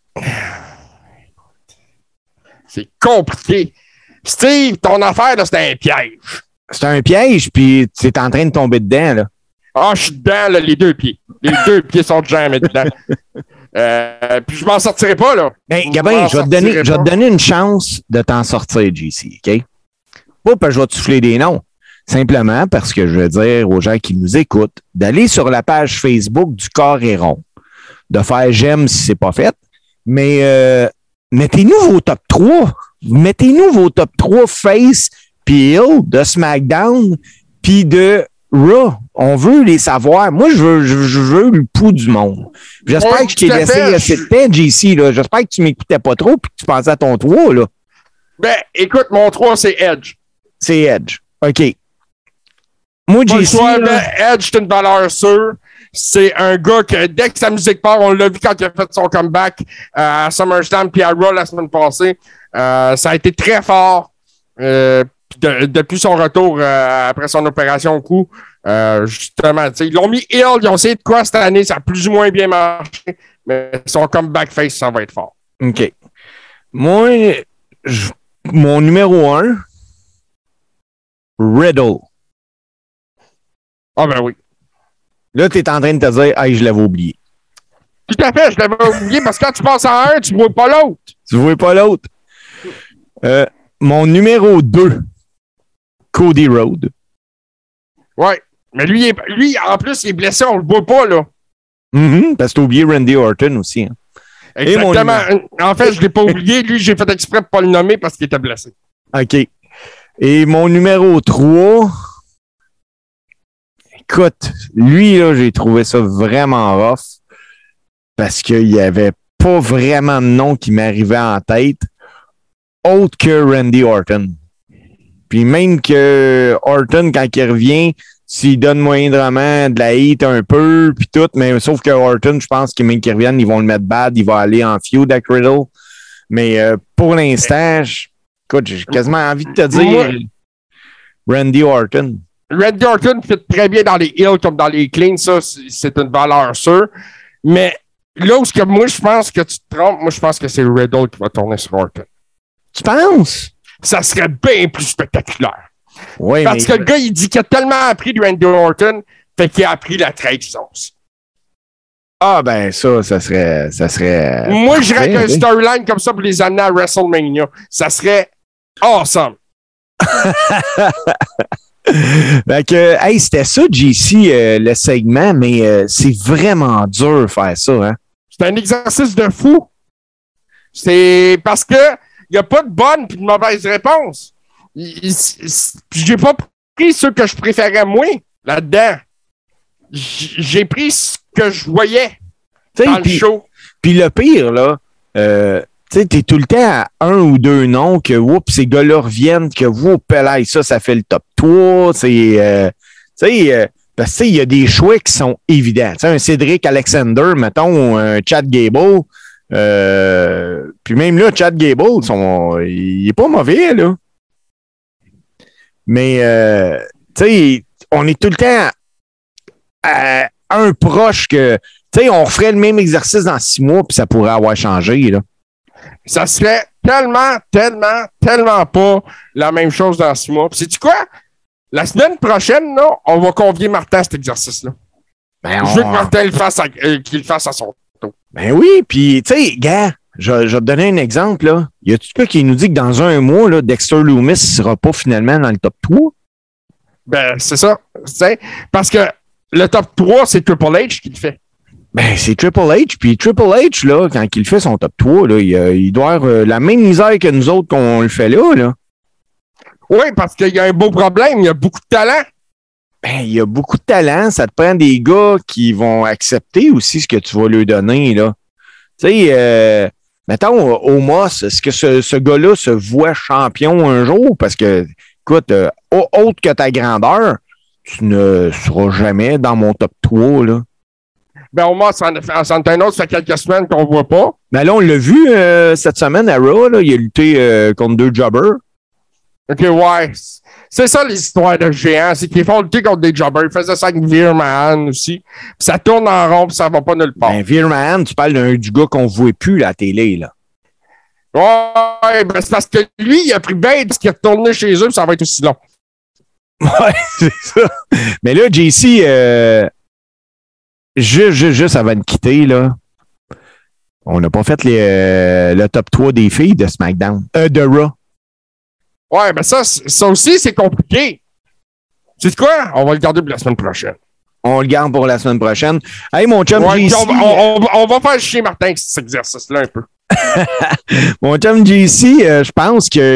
C'est compliqué. Steve, ton affaire, là, c'était un piège. C'est un piège, puis tu es en train de tomber dedans, là. Ah, je suis dedans, là, les deux pieds. Les deux pieds sont jamais dedans. Euh, puis je m'en sortirai pas, là. Ben, Gabin, je vais te donner, je vais te donner une chance de t'en sortir, J C, OK? Pas parce que je vais te souffler des noms. Simplement parce que je veux dire aux gens qui nous écoutent d'aller sur la page Facebook du Corps et Rond, de faire j'aime si c'est pas fait, mais euh, mettez-nous vos top trois. Mettez-nous vos top trois face puis heel de SmackDown puis de Raw. On veut les savoir. Moi, je veux, je, je veux le pouls du monde. J'espère ouais, que je t'ai laissé fait, assez je... de temps, J C. Là. J'espère que tu m'écoutais pas trop et que tu pensais à ton trois. Là. Ben, écoute, mon trois, c'est Edge. C'est Edge. OK. Moi, J C... Toi, ben, Edge, c'est une valeur sûre. C'est un gars que, dès que sa musique part, on l'a vu quand il a fait son comeback euh, à SummerSlam puis à Raw la semaine passée. Euh, ça a été très fort. Euh, de, depuis son retour euh, après son opération au cou, euh, justement, ils l'ont mis heel, ils ont essayé de quoi cette année, ça a plus ou moins bien marché, mais son comeback face, ça va être fort. OK. Moi, je, mon numéro un, Riddle. Ah ben oui. Là, tu es en train de te dire, hey, je l'avais oublié. Tout à fait, je l'avais oublié parce que quand tu passes à un, tu ne vois pas l'autre. Tu ne vois pas l'autre. Euh, mon numéro deux, Cody Rhodes. Ouais. Mais lui, il est, lui, en plus, il est blessé, on le voit pas, là. Mm-hmm, parce que tu as oublié Randy Orton aussi. Hein. Exactement. En fait, je ne l'ai pas oublié. Lui, j'ai fait exprès de ne pas le nommer parce qu'il était blessé. OK. Et mon numéro trois, écoute, lui, là, j'ai trouvé ça vraiment rough parce qu'il n'y avait pas vraiment de nom qui m'arrivait en tête autre que Randy Orton. Puis même que Orton, quand il revient, s'il donne moindrement de la hate un peu, puis tout, mais sauf que Orton, je pense que même qu'il revienne, ils vont le mettre bad, il va aller en feud avec Riddle. Mais euh, pour l'instant, je, écoute, j'ai quasiment envie de te dire Randy Orton. Randy Orton fit très bien dans les heels comme dans les cleans, ça, c'est une valeur sûre. Mais là où que moi, je pense que tu te trompes, moi, je pense que c'est Riddle qui va tourner sur Orton. Tu penses? Ça serait bien plus spectaculaire. Oui, Parce mais... que le gars, il dit qu'il a tellement appris de Randy Orton, fait qu'il a appris la trahison. Ah, ben, ça, ça serait. Ça serait moi, je dirais qu'un storyline comme ça pour les amener à WrestleMania, ça serait awesome. Fait que, hey, c'était ça, J C, euh, le segment, mais euh, c'est vraiment dur de faire ça, hein? C'est un exercice de fou. C'est parce que il n'y a pas de bonne et de mauvaise réponse. J'ai pas pris ceux que je préférais moins là-dedans. J'ai pris ce que je voyais t'sais, dans pis, le show. Puis le pire, là, euh, tu sais, t'es tout le temps à un ou deux noms que, oups, ces gars-là reviennent, que, oups, là, ça, ça fait le top trois. C'est, euh, tu sais, euh, parce que, il y a des choix qui sont évidents. Tu sais, un Cédric Alexander, mettons, un Chad Gable. Euh, puis même là, Chad Gable, son, il est pas mauvais, là. Mais, euh, tu sais, on est tout le temps à un proche que, tu sais, on ferait le même exercice dans six mois puis ça pourrait avoir changé, là. Ça serait tellement, tellement, tellement pas la même chose dans six mois. Puis sais-tu quoi? La semaine prochaine, là, on va convier Martin à cet exercice-là. Ben, Je on... veux que Martin le fasse à, euh, qu'il le fasse à son tour. Ben oui, puis, tu sais, gars, je, je vais te donner un exemple. Là. Y a-tu peu qui nous dit que dans un mois, là, Dexter Lumis ne sera pas finalement dans le top trois? Ben, c'est ça. T'sais, parce que le top trois, c'est Triple H qui le fait. Ben, c'est Triple H. Puis Triple H, là, quand il fait son top trois, là, il, il doit avoir euh, la même misère que nous autres qu'on le fait là. là. Oui, parce qu'il y a un beau problème. Il y a beaucoup de talent. Ben, il y a beaucoup de talent. Ça te prend des gars qui vont accepter aussi ce que tu vas leur donner. Là. Tu sais, euh, mettons, Omos, est-ce que ce, ce gars-là se voit champion un jour? Parce que, écoute, euh, autre que ta grandeur, tu ne seras jamais dans mon top trois, là. Ben, Omos, en, en est un autre, ça fait quelques semaines qu'on ne voit pas. Ben là, on l'a vu euh, cette semaine à Raw, là, il a lutté euh, contre deux jobbers. OK, ouais. C'est ça l'histoire de géants, c'est qu'ils font lutter contre des jobbers. Ils faisaient ça avec Veer Mahan aussi. Puis ça tourne en rond, puis ça va pas nulle part. Ben, Veer Mahan, tu parles d'un du gars qu'on ne voit plus à la télé, là. Ouais, ben c'est parce que lui, il a pris bien ce qui est retourné chez eux, puis ça va être aussi long. Ouais, c'est ça. Mais là, J C, euh, juste, juste, juste avant de quitter, là, on n'a pas fait les, euh, le top trois des filles de SmackDown. Euh, de Raw. Ouais, ben ça, ça aussi, c'est compliqué. Tu sais quoi? On va le garder pour la semaine prochaine. On le garde pour la semaine prochaine. Hey, mon chum ouais, J C. On, on, on, on va faire chier Martin avec cet exercice-là un peu. Mon chum J C, euh, je pense que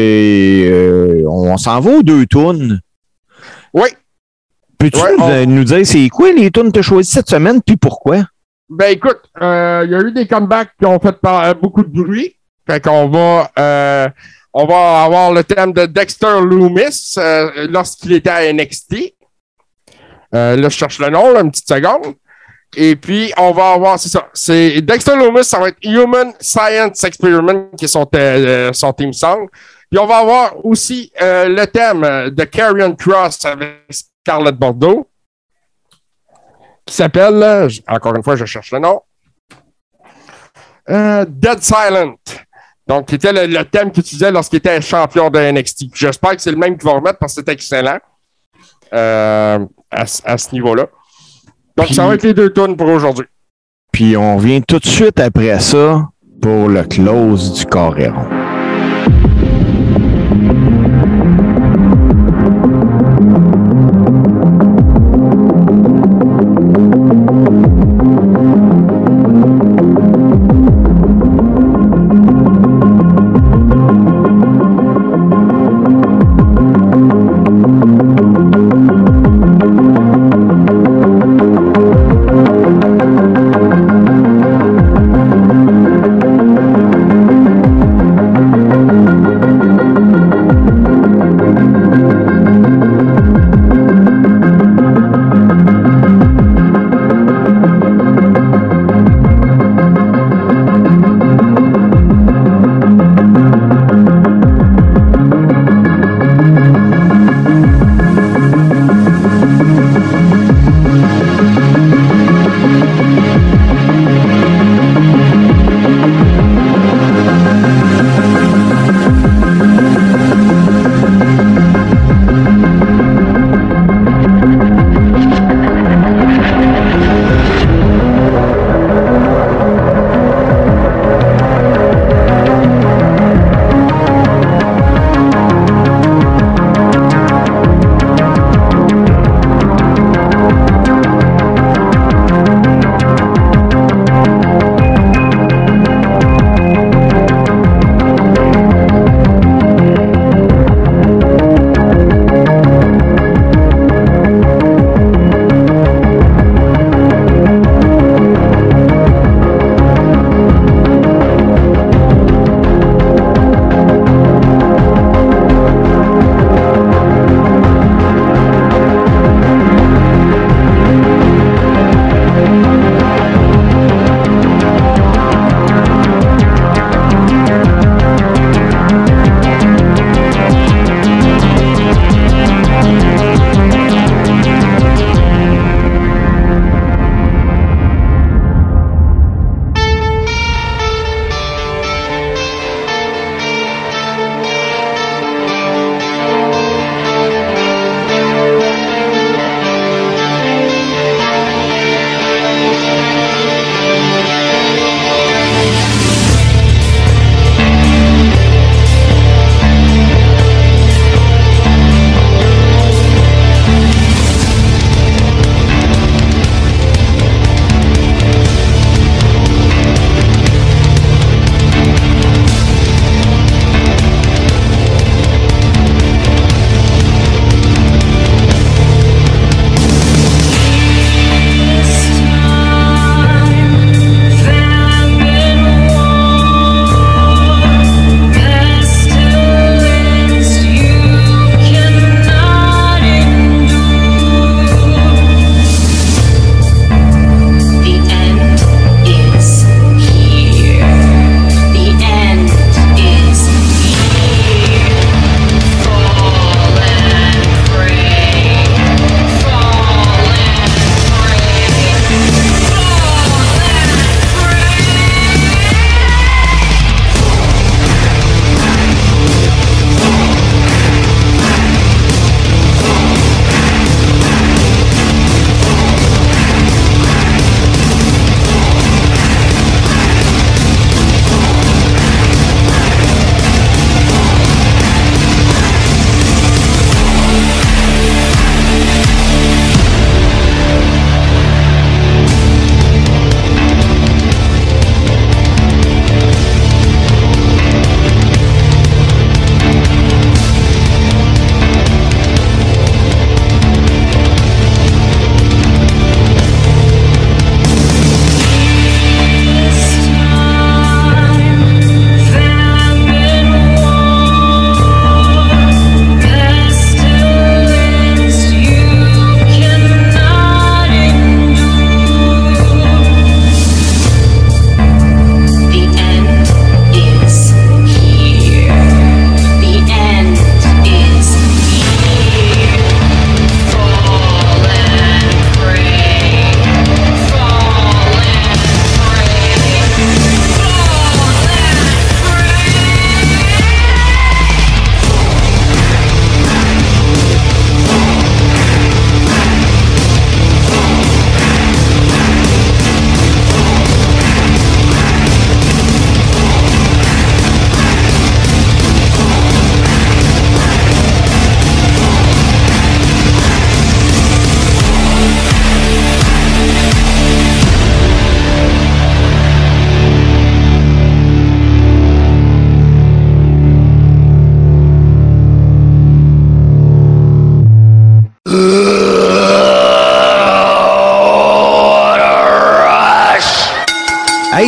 euh, on s'en va aux deux tunes. Oui. Peux-tu ouais, nous, on... nous dire c'est quoi les tunes que tu as choisies cette semaine puis pourquoi? Ben écoute, il euh, y a eu des comebacks qui ont fait par, euh, beaucoup de bruit. Fait qu'on va euh, on va avoir le thème de Dexter Lumis euh, lorsqu'il était à N X T. Euh, là, je cherche le nom, là, une petite seconde. Et puis, on va avoir, c'est ça, c'est Dexter Lumis, ça va être Human Science Experiment, qui est son, euh, son theme song. Puis, on va avoir aussi euh, le thème de Karrion Kross avec Scarlett Bordeaux, qui s'appelle, encore une fois, je cherche le nom, euh, Dead Silent. Donc, qui était le, le thème qu'il utilisait lorsqu'il était champion de N X T. J'espère que c'est le même qu'il va remettre parce que c'était excellent euh, à, à ce niveau-là. Donc, puis, ça va être les deux tunes pour aujourd'hui. Puis, on revient tout de suite après ça pour le close du Coréon.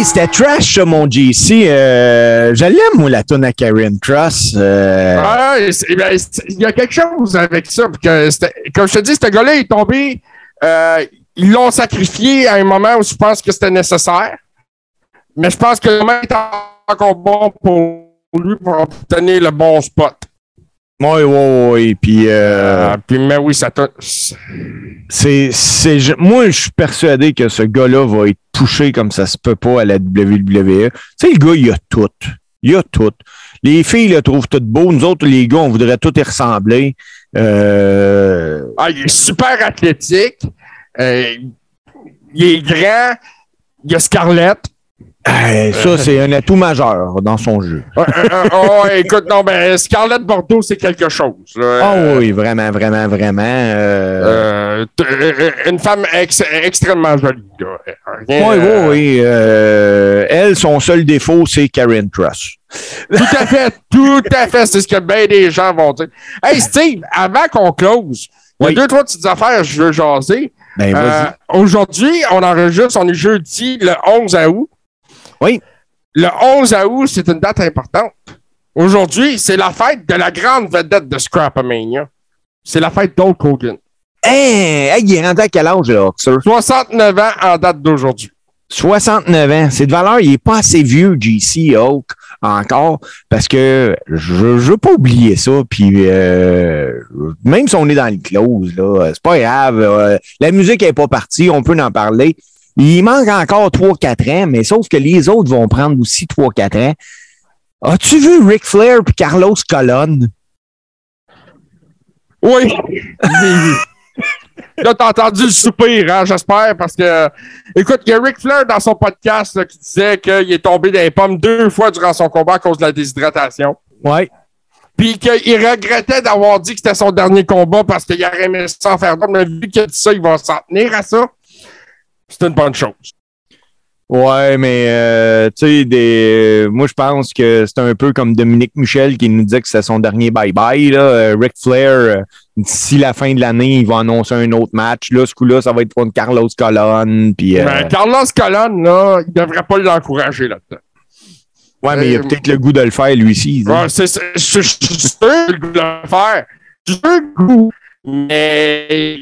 c'était trash, ça, mon J C. Euh, je l'aime, moi, la toune à Karen Cross. Euh... Ah, il y a quelque chose avec ça. Que comme je te dis, ce gars-là est tombé. Euh, ils l'ont sacrifié à un moment où je pense que c'était nécessaire. Mais je pense que le moment est encore bon pour lui pour obtenir le bon spot. Oui, oui, oui. Puis, euh, euh, puis, mais oui, ça t'a. C'est, c'est, moi, je suis persuadé que ce gars-là va être touché comme ça se peut pas à la W W E. Tu sais, le gars, il a tout. Il a tout. Les filles le trouvent tout beau. Nous autres, les gars, on voudrait tout y ressembler. Euh... Ah, il est super athlétique. Euh, il est grand. Il a Scarlett. Euh, ça, c'est un atout majeur dans son jeu. euh, euh, oh, écoute, non, ben, Scarlett Bordeaux, c'est quelque chose. Ah oh, oui, vraiment, vraiment, vraiment. Euh... Euh, une femme ex- extrêmement jolie. Rien, oui, oui, oui. Euh, elle, son seul défaut, c'est Karen Cross. Tout à fait, tout à fait. C'est ce que bien des gens vont dire. Hey, Steve, avant qu'on close, il y a oui. deux, trois petites affaires que je veux jaser. Ben, vas-y. Euh, aujourd'hui, on enregistre, on est jeudi le onze août. Oui. Le onze août, c'est une date importante. Aujourd'hui, c'est la fête de la grande vedette de Scrapamania. C'est la fête d'Hulk Hogan. Hey, hey, il est rendu à quel âge, là, Oxer? soixante-neuf ans en date d'aujourd'hui. soixante-neuf ans. C'est de valeur, il n'est pas assez vieux, J C Hulk, encore, parce que je ne veux pas oublier ça. Puis euh, même si on est dans le close, là, c'est pas grave. Euh, la musique n'est pas partie, on peut en parler. Il manque encore trois quatre ans, mais sauf que les autres vont prendre aussi trois quatre ans. As-tu vu Ric Flair et Carlos Colon? Oui. Là, t'as entendu le soupir, hein, j'espère, parce que, écoute, il y a Ric Flair dans son podcast là, qui disait qu'il est tombé dans les pommes deux fois durant son combat à cause de la déshydratation. Oui. Puis qu'il regrettait d'avoir dit que c'était son dernier combat parce qu'il aurait aimé s'en faire d'autres, mais vu qu'il a dit ça, il va s'en tenir à ça. C'est une bonne chose. Ouais, mais euh, tu sais, des, euh, moi je pense que c'est un peu comme Dominique Michel qui nous disait que c'est son dernier bye-bye. Là. Euh, Ric Flair, euh, d'ici la fin de l'année, il va annoncer un autre match. Là, ce coup-là, ça va être contre Carlos Colon. Puis, euh... ben, Carlos Colon, là, il devrait pas l'encourager là-dedans. Ouais, mais il a peut-être le goût de le faire, lui aussi. Ouais, c'est, c'est, je suis sûr le goût de le faire. Je suis sûr le goût. Mais.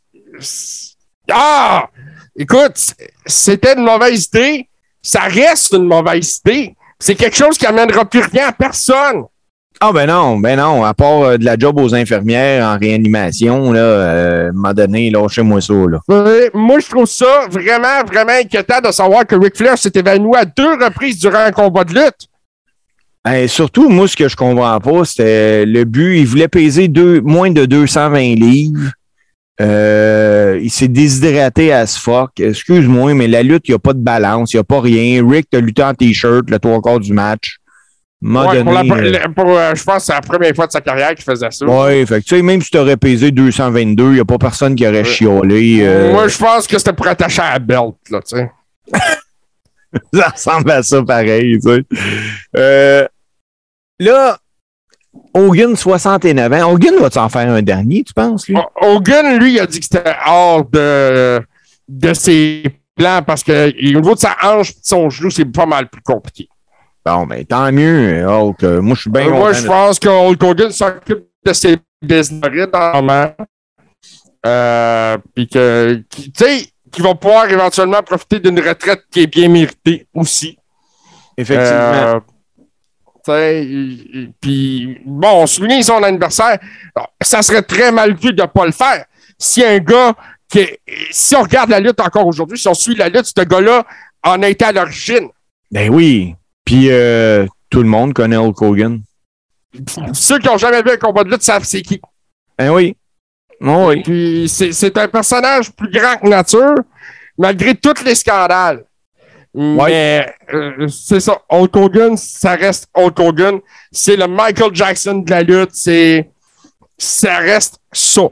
Ah! Écoute, c'était une mauvaise idée. Ça reste une mauvaise idée. C'est quelque chose qui n'amènera plus rien à personne. Ah ben non, ben non. À part euh, de la job aux infirmières en réanimation, là, euh, à un moment donné, lâchez-moi ça, là. Euh, moi, je trouve ça vraiment, vraiment inquiétant de savoir que Ric Flair s'est évanoui à deux reprises durant un combat de lutte. Ben, surtout, moi, ce que je comprends pas, c'était le but. Il voulait peser deux, moins de deux cent vingt livres. Euh, il s'est déshydraté à ce fuck. Excuse-moi, mais la lutte, il n'y a pas de balance, il n'y a pas rien. Rick t'a lutté en t-shirt le trois quarts du match. Ouais, donné, pour la, euh... pour, euh, je pense que c'est la première fois de sa carrière qu'il faisait ça. Oui, fait que tu sais, même si tu aurais pesé deux cent vingt-deux, il n'y a pas personne qui aurait ouais. chiolé. Euh... Moi, je pense que c'était pour attacher à la belt, là, tu sais. Ça ressemble à ça pareil, tu sais. Euh, là, Hogan, soixante-neuf ans. Hogan va t'en faire un dernier, tu penses, lui? Hogan, lui, il a dit que c'était hors de, de ses plans parce que au niveau de sa hanche et de son genou, c'est pas mal plus compliqué. Bon, ben, tant mieux, Hulk. Moi, je suis bien euh, content. Moi, je de... pense que Hulk Hogan s'occupe de ses business dans le moment. Euh, puis que, tu sais, qu'il va pouvoir éventuellement profiter d'une retraite qui est bien méritée aussi. Effectivement. Euh, Puis, bon, on souligne son anniversaire. Ça serait très mal vu de ne pas le faire. Si un gars, qui, si on regarde la lutte encore aujourd'hui, si on suit la lutte, ce gars-là en a été à l'origine. Ben oui. Puis, euh, tout le monde connaît Hulk Hogan. Ceux qui n'ont jamais vu un combat de lutte savent c'est qui. Ben oui. Oh oui. Puis, c'est, c'est un personnage plus grand que nature, malgré tous les scandales. Ouais. Mais euh, c'est ça, Hulk Hogan, ça reste Hulk Hogan. C'est le Michael Jackson de la lutte. C'est, ça reste ça.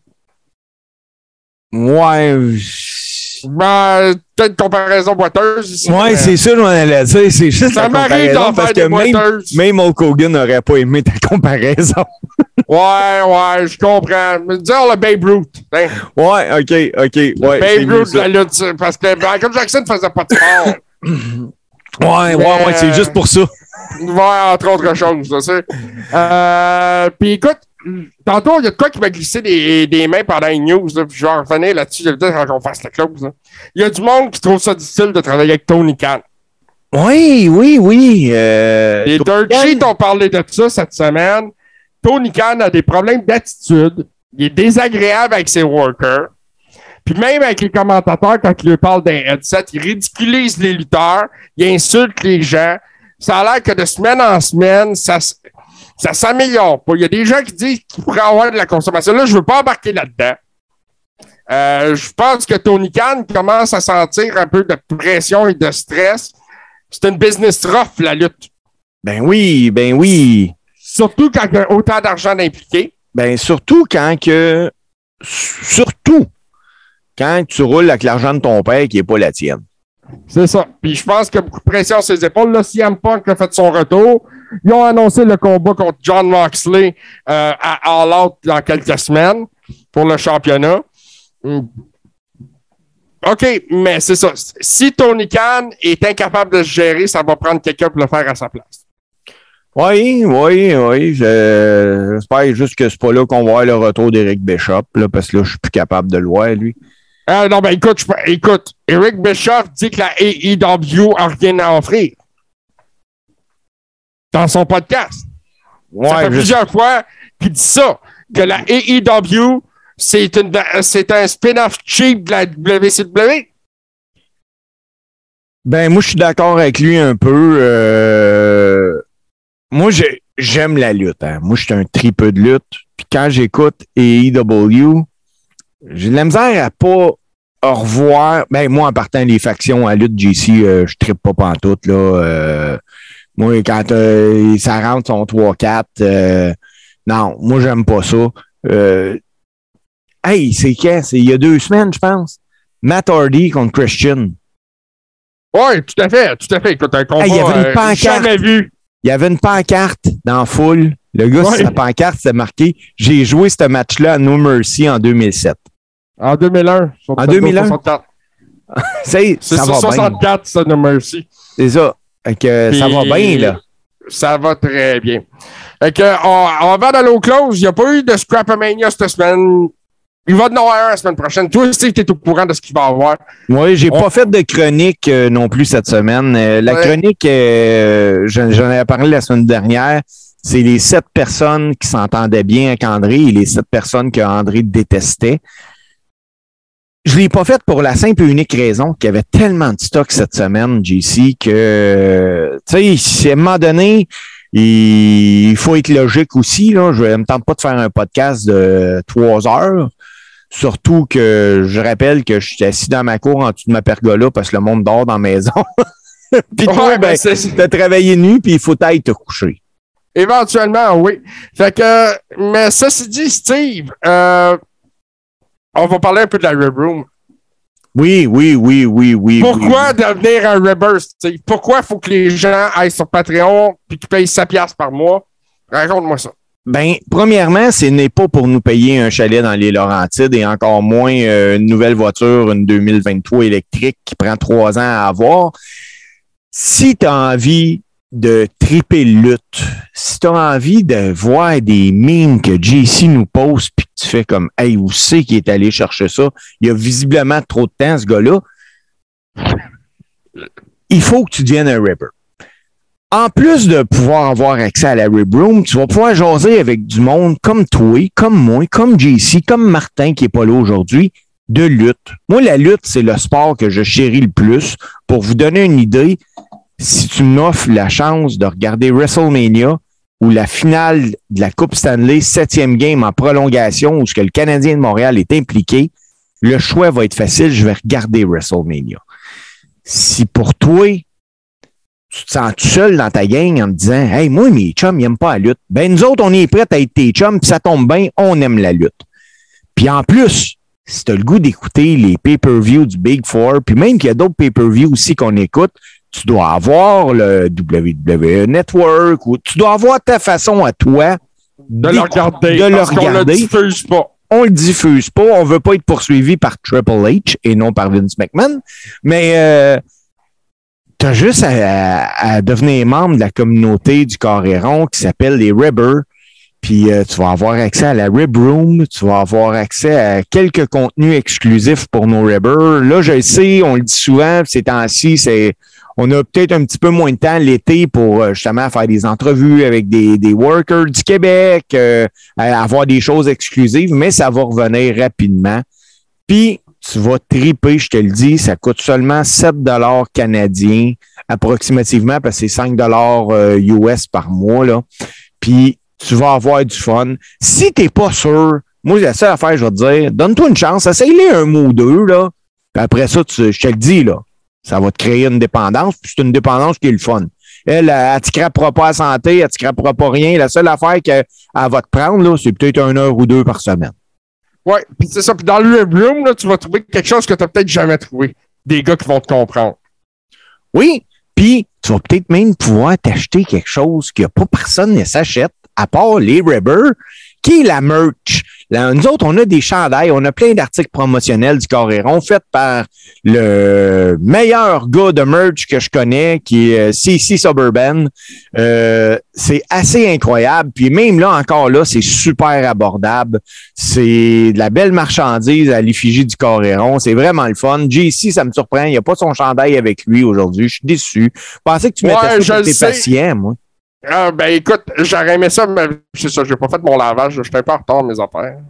Ouais. Ben, peut-être une comparaison boiteuse ici. Ouais, mais... c'est ça, on allait dire. C'est juste ça la comparaison parce que même, même Hulk Hogan n'aurait pas aimé ta comparaison. Ouais, ouais, je comprends. Mais dire le Babe Ruth. Hein? Ouais, OK, OK. Ouais, Babe Ruth de la lutte, parce que Michael Jackson ne faisait pas de sport. Ouais, ouais, ouais, c'est juste pour ça. Ouais, entre autres choses, tu sais. Euh, puis écoute, tantôt, il y a de quoi qui m'a glissé des, des mains pendant une news, là, puis je vais en revenir là-dessus, je vais dire quand on fasse la close. Là. Il y a du monde qui trouve ça difficile de travailler avec Tony Khan. Oui, oui, oui. Euh, Les Dirt Sheets ont parlé de ça cette semaine. Tony Khan a des problèmes d'attitude. Il est désagréable avec ses workers. Puis même avec les commentateurs, quand il lui parle d'un headset, il ridiculise les lutteurs, il insulte les gens. Ça a l'air que de semaine en semaine, ça, ça s'améliore pas. Il y a des gens qui disent qu'il pourrait avoir de la consommation. Là, je veux pas embarquer là-dedans. Euh, je pense que Tony Khan commence à sentir un peu de pression et de stress. C'est une business rough, la lutte. Ben oui, ben oui. Surtout quand il y a autant d'argent impliqué. Ben surtout quand que... Surtout quand tu roules avec l'argent de ton père qui n'est pas la tienne. C'est ça. Puis je pense qu'il y a beaucoup de pression sur ses épaules. Là, C M Punk a fait son retour. Ils ont annoncé le combat contre John Moxley euh, à All Out dans quelques semaines pour le championnat. OK, mais c'est ça. Si Tony Khan est incapable de se gérer, ça va prendre quelqu'un pour le faire à sa place. Oui, oui, oui. Je... J'espère juste que c'est pas là qu'on va voir le retour d'Eric Bischoff, là, parce que là, je suis plus capable de le voir, lui. Euh, non, ben écoute, je... écoute, Eric Bischoff dit que la A E W a rien à offrir. Dans son podcast. Ouais, ça fait je... plusieurs fois qu'il dit ça, que la A E W, c'est, une... c'est un spin-off cheap de la W C W. Ben, moi, je suis d'accord avec lui un peu. Euh... Moi, j'ai... j'aime la lutte. Hein. Moi, je suis un tripeux de lutte. Puis quand j'écoute A E W, j'ai de la misère à pas revoir. Ben, moi, en partant les factions à lutte J C, euh, je trippe pas pantoute, là. Euh, moi, quand euh, ça rentre son trois quatre, euh, non, moi, j'aime pas ça. Euh, hey, c'est quand? C'est il y a deux semaines, je pense. Matt Hardy contre Christian. Oui, tout à fait, tout à fait. Écoute, un combat, hey, il y avait une euh, pancarte. jamais vu. Il y avait une pancarte dans la foule. Le gars, ouais. Sur sa pancarte, c'était marqué « J'ai joué ce match-là à No Mercy en deux mille sept. » En deux mille un. En deux mille un? soixante-quatre. c'est c'est ça va soixante-quatre, bien. Ça, No Mercy. C'est ça. Fait que ça va bien, là. Ça va très bien. Fait que, on, on va dans l'eau close. Il n'y a pas eu de Scrapamania cette semaine. Il va en avoir un la semaine prochaine. Toi aussi, tu es au courant de ce qu'il va y avoir. Oui, j'ai on... pas fait de chronique euh, non plus cette semaine. Euh, la ouais. chronique, euh, j'en, j'en avais parlé la semaine dernière. C'est les sept personnes qui s'entendaient bien avec André et les sept personnes que André détestait. Je l'ai pas faite pour la simple et unique raison qu'il y avait tellement de stock cette semaine, J C, que, tu sais, à un moment donné, il faut être logique aussi, là. Je ne me tente pas de faire un podcast de trois heures. Surtout que je rappelle que je suis assis dans ma cour en dessous de ma pergola parce que le monde dort dans la maison. Puis toi, ouais, ben, tu as travaillé nu puis il faut t'aller te coucher. Éventuellement, oui. Fait que, mais ceci dit, Steve, euh, on va parler un peu de la Red Room. Oui, oui, oui, oui, oui. Pourquoi oui, oui. devenir un Rebber, Steve? Pourquoi il faut que les gens aillent sur Patreon puis qu'ils payent cent dollars par mois? Raconte-moi ça. Ben, premièrement, ce n'est pas pour nous payer un chalet dans les Laurentides et encore moins euh, une nouvelle voiture, une deux mille vingt-trois électrique qui prend trois ans à avoir. Si tu as envie de triper lutte, si tu as envie de voir des memes que J C nous pose puis que tu fais comme « Hey, où c'est qu'il est allé chercher ça? Il y a visiblement trop de temps, ce gars-là. » Il faut que tu deviennes un rapper. En plus de pouvoir avoir accès à la Rib Room, tu vas pouvoir jaser avec du monde comme toi, comme moi, comme J C, comme Martin qui est pas là aujourd'hui, de lutte. Moi, la lutte, c'est le sport que je chéris le plus. Pour vous donner une idée, si tu m'offres la chance de regarder WrestleMania ou la finale de la Coupe Stanley, septième game en prolongation, où ce que le Canadien de Montréal est impliqué, le choix va être facile, je vais regarder WrestleMania. Si pour toi, tu te sens tout seul dans ta gang en te disant « Hey, moi, mes chums, ils n'aiment pas la lutte. » Ben, nous autres, on est prêts à être tes chums, puis ça tombe bien, on aime la lutte. Puis en plus, si tu as le goût d'écouter les pay-per-view du Big Four, puis même qu'il y a d'autres pay-per-view aussi qu'on écoute, tu dois avoir le W W E Network, ou tu dois avoir ta façon à toi de le regarder. De le parce regarder. qu'on le diffuse pas. On le diffuse pas. On veut pas être poursuivi par Triple H et non par Vince McMahon. Mais... Euh, t'as juste à, à, à devenir membre de la communauté du Coréron qui s'appelle les Ribbers. Puis euh, tu vas avoir accès à la Rib Room, tu vas avoir accès à quelques contenus exclusifs pour nos Ribbers. Là, je le sais, on le dit souvent, ces temps-ci, c'est on a peut-être un petit peu moins de temps l'été pour euh, justement faire des entrevues avec des, des workers du Québec, euh, avoir des choses exclusives, mais ça va revenir rapidement. Puis, tu vas triper, je te le dis, ça coûte seulement sept dollars canadiens approximativement, parce que c'est cinq dollars U S par mois, là. Puis, tu vas avoir du fun. Si t'es pas sûr, moi, la seule affaire, je vais te dire, donne-toi une chance, essaye-les un mois ou deux, là. Puis après ça, tu, je te le dis, là, ça va te créer une dépendance, puis c'est une dépendance qui est le fun. Elle, elle ne te crappera pas à santé, elle ne te crappera pas rien. La seule affaire qu'elle va te prendre, là, c'est peut-être une heure ou deux par semaine. Oui, puis c'est ça. Puis dans le Bloom, là, tu vas trouver quelque chose que tu n'as peut-être jamais trouvé. Des gars qui vont te comprendre. Oui, puis tu vas peut-être même pouvoir t'acheter quelque chose que pas personne ne s'achète, à part les Ribbers, qui est la merch. Là, nous autres, on a des chandails, on a plein d'articles promotionnels du Coréron faits par le meilleur gars de merch que je connais, qui est C C Suburban. Euh, c'est assez incroyable. Puis même là, encore là, c'est super abordable. C'est de la belle marchandise à l'effigie du Coréron. C'est vraiment le fun. J C, ça me surprend. Il n'y a pas son chandail avec lui aujourd'hui. Je suis déçu. Je pensais que tu mettais ouais, ça pour tes patients, moi. Ah, ben écoute, j'aurais aimé ça, mais c'est ça, j'ai pas fait mon lavage, je suis un peu en retard de mes affaires.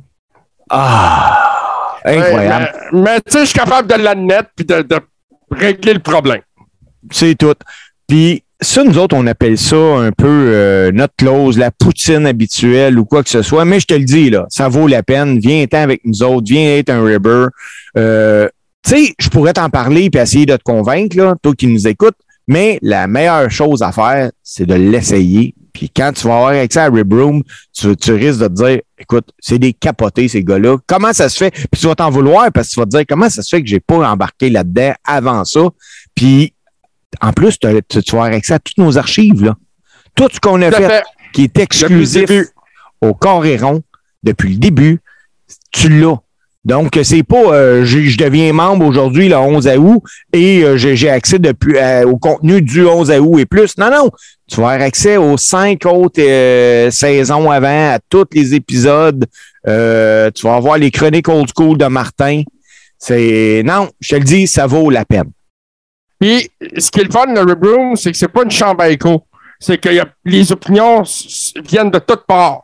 Ah! Incroyable. Ouais, mais mais tu sais, je suis capable de l'admettre puis de, de régler le problème. C'est tout. Puis ça, nous autres, on appelle ça un peu euh, notre clause, la poutine habituelle ou quoi que ce soit, mais je te le dis, là, ça vaut la peine. Viens-t'en avec nous autres, viens être un Ribber. Euh, tu sais, je pourrais t'en parler puis essayer de te convaincre, là, toi qui nous écoutes. Mais la meilleure chose à faire, c'est de l'essayer. Puis quand tu vas avoir accès à Rib Room, tu, tu risques de te dire, écoute, c'est des capotés, ces gars-là. Comment ça se fait? Puis tu vas t'en vouloir parce que tu vas te dire, comment ça se fait que j'ai pas embarqué là-dedans avant ça? Puis en plus, tu, tu, tu vas avoir accès à toutes nos archives, là. Tout ce qu'on a fait, fait qui est exclusif au Coréron depuis le début, tu l'as. Donc, c'est pas euh, je deviens membre aujourd'hui le onze août et euh, j'ai accès depuis euh, au contenu du onze août et plus. Non, non. Tu vas avoir accès aux cinq autres euh, saisons avant, à tous les épisodes. Euh, tu vas avoir les chroniques old school de Martin. C'est non, je te le dis, ça vaut la peine. Puis, ce qui est le fun de Rib Room, c'est que c'est pas une chambre à écho. C'est que y a, les opinions viennent de toutes parts.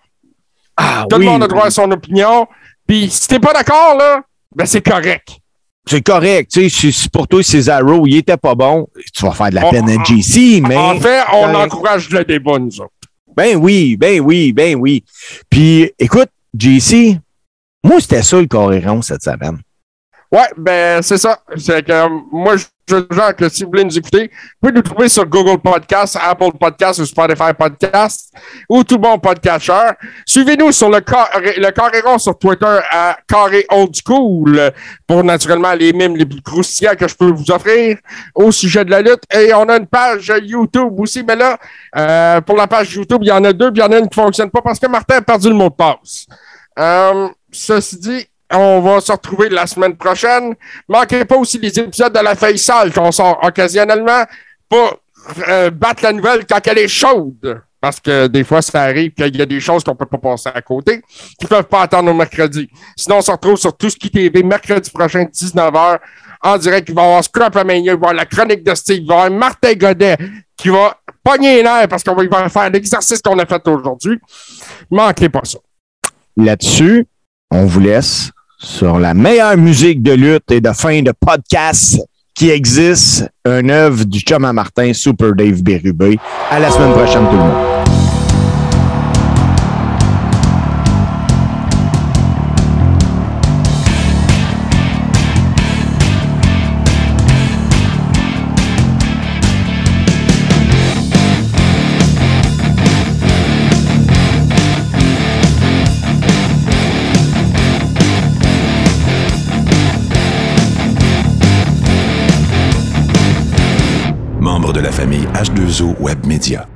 Ah, Tout oui, le monde a droit oui. à son opinion. Puis, si t'es pas d'accord, là, ben c'est correct. C'est correct. Tu sais, si pour toi, Cesaro, il était pas bon, tu vas faire de la on, peine à J C, mais... En fait, on correct. Encourage le débat, nous autres. Ben oui, ben oui, ben oui. Puis, écoute, J C, moi, c'était ça le Coréron cette semaine. Ouais, ben c'est ça. C'est que euh, moi, je genre que si vous voulez nous écouter, vous pouvez nous trouver sur Google Podcast, Apple Podcast ou Spotify Podcast ou tout bon podcatcher. Suivez-nous sur le, carré, le Coréron sur Twitter à Carré Old School pour naturellement les mimes les plus croustillants que je peux vous offrir au sujet de la lutte. Et on a une page YouTube aussi, mais là, euh, pour la page YouTube, il y en a deux, puis il y en a une qui ne fonctionne pas parce que Martin a perdu le mot de passe. Euh, ceci dit, on va se retrouver la semaine prochaine. Manquez pas aussi les épisodes de la Feuille Sale qu'on sort occasionnellement pour euh, battre la nouvelle quand elle est chaude. Parce que des fois, ça arrive qu'il y a des choses qu'on peut pas passer à côté, qui peuvent pas attendre au mercredi. Sinon, on se retrouve sur Tout ce qui T V mercredi prochain, dix-neuf heures, en direct. Il va y avoir Scrap Amania, il va y avoir la chronique de Steve, il va y avoir Martin Godet qui va pogner les nerfs parce qu'on va, il va faire l'exercice qu'on a fait aujourd'hui. Manquez pas ça. Là-dessus, on vous laisse sur la meilleure musique de lutte et de fin de podcast qui existe, une œuvre du chum à Martin, Super Dave Bérubé. À la semaine prochaine, tout le monde. Membre de la famille H deux O Web Media.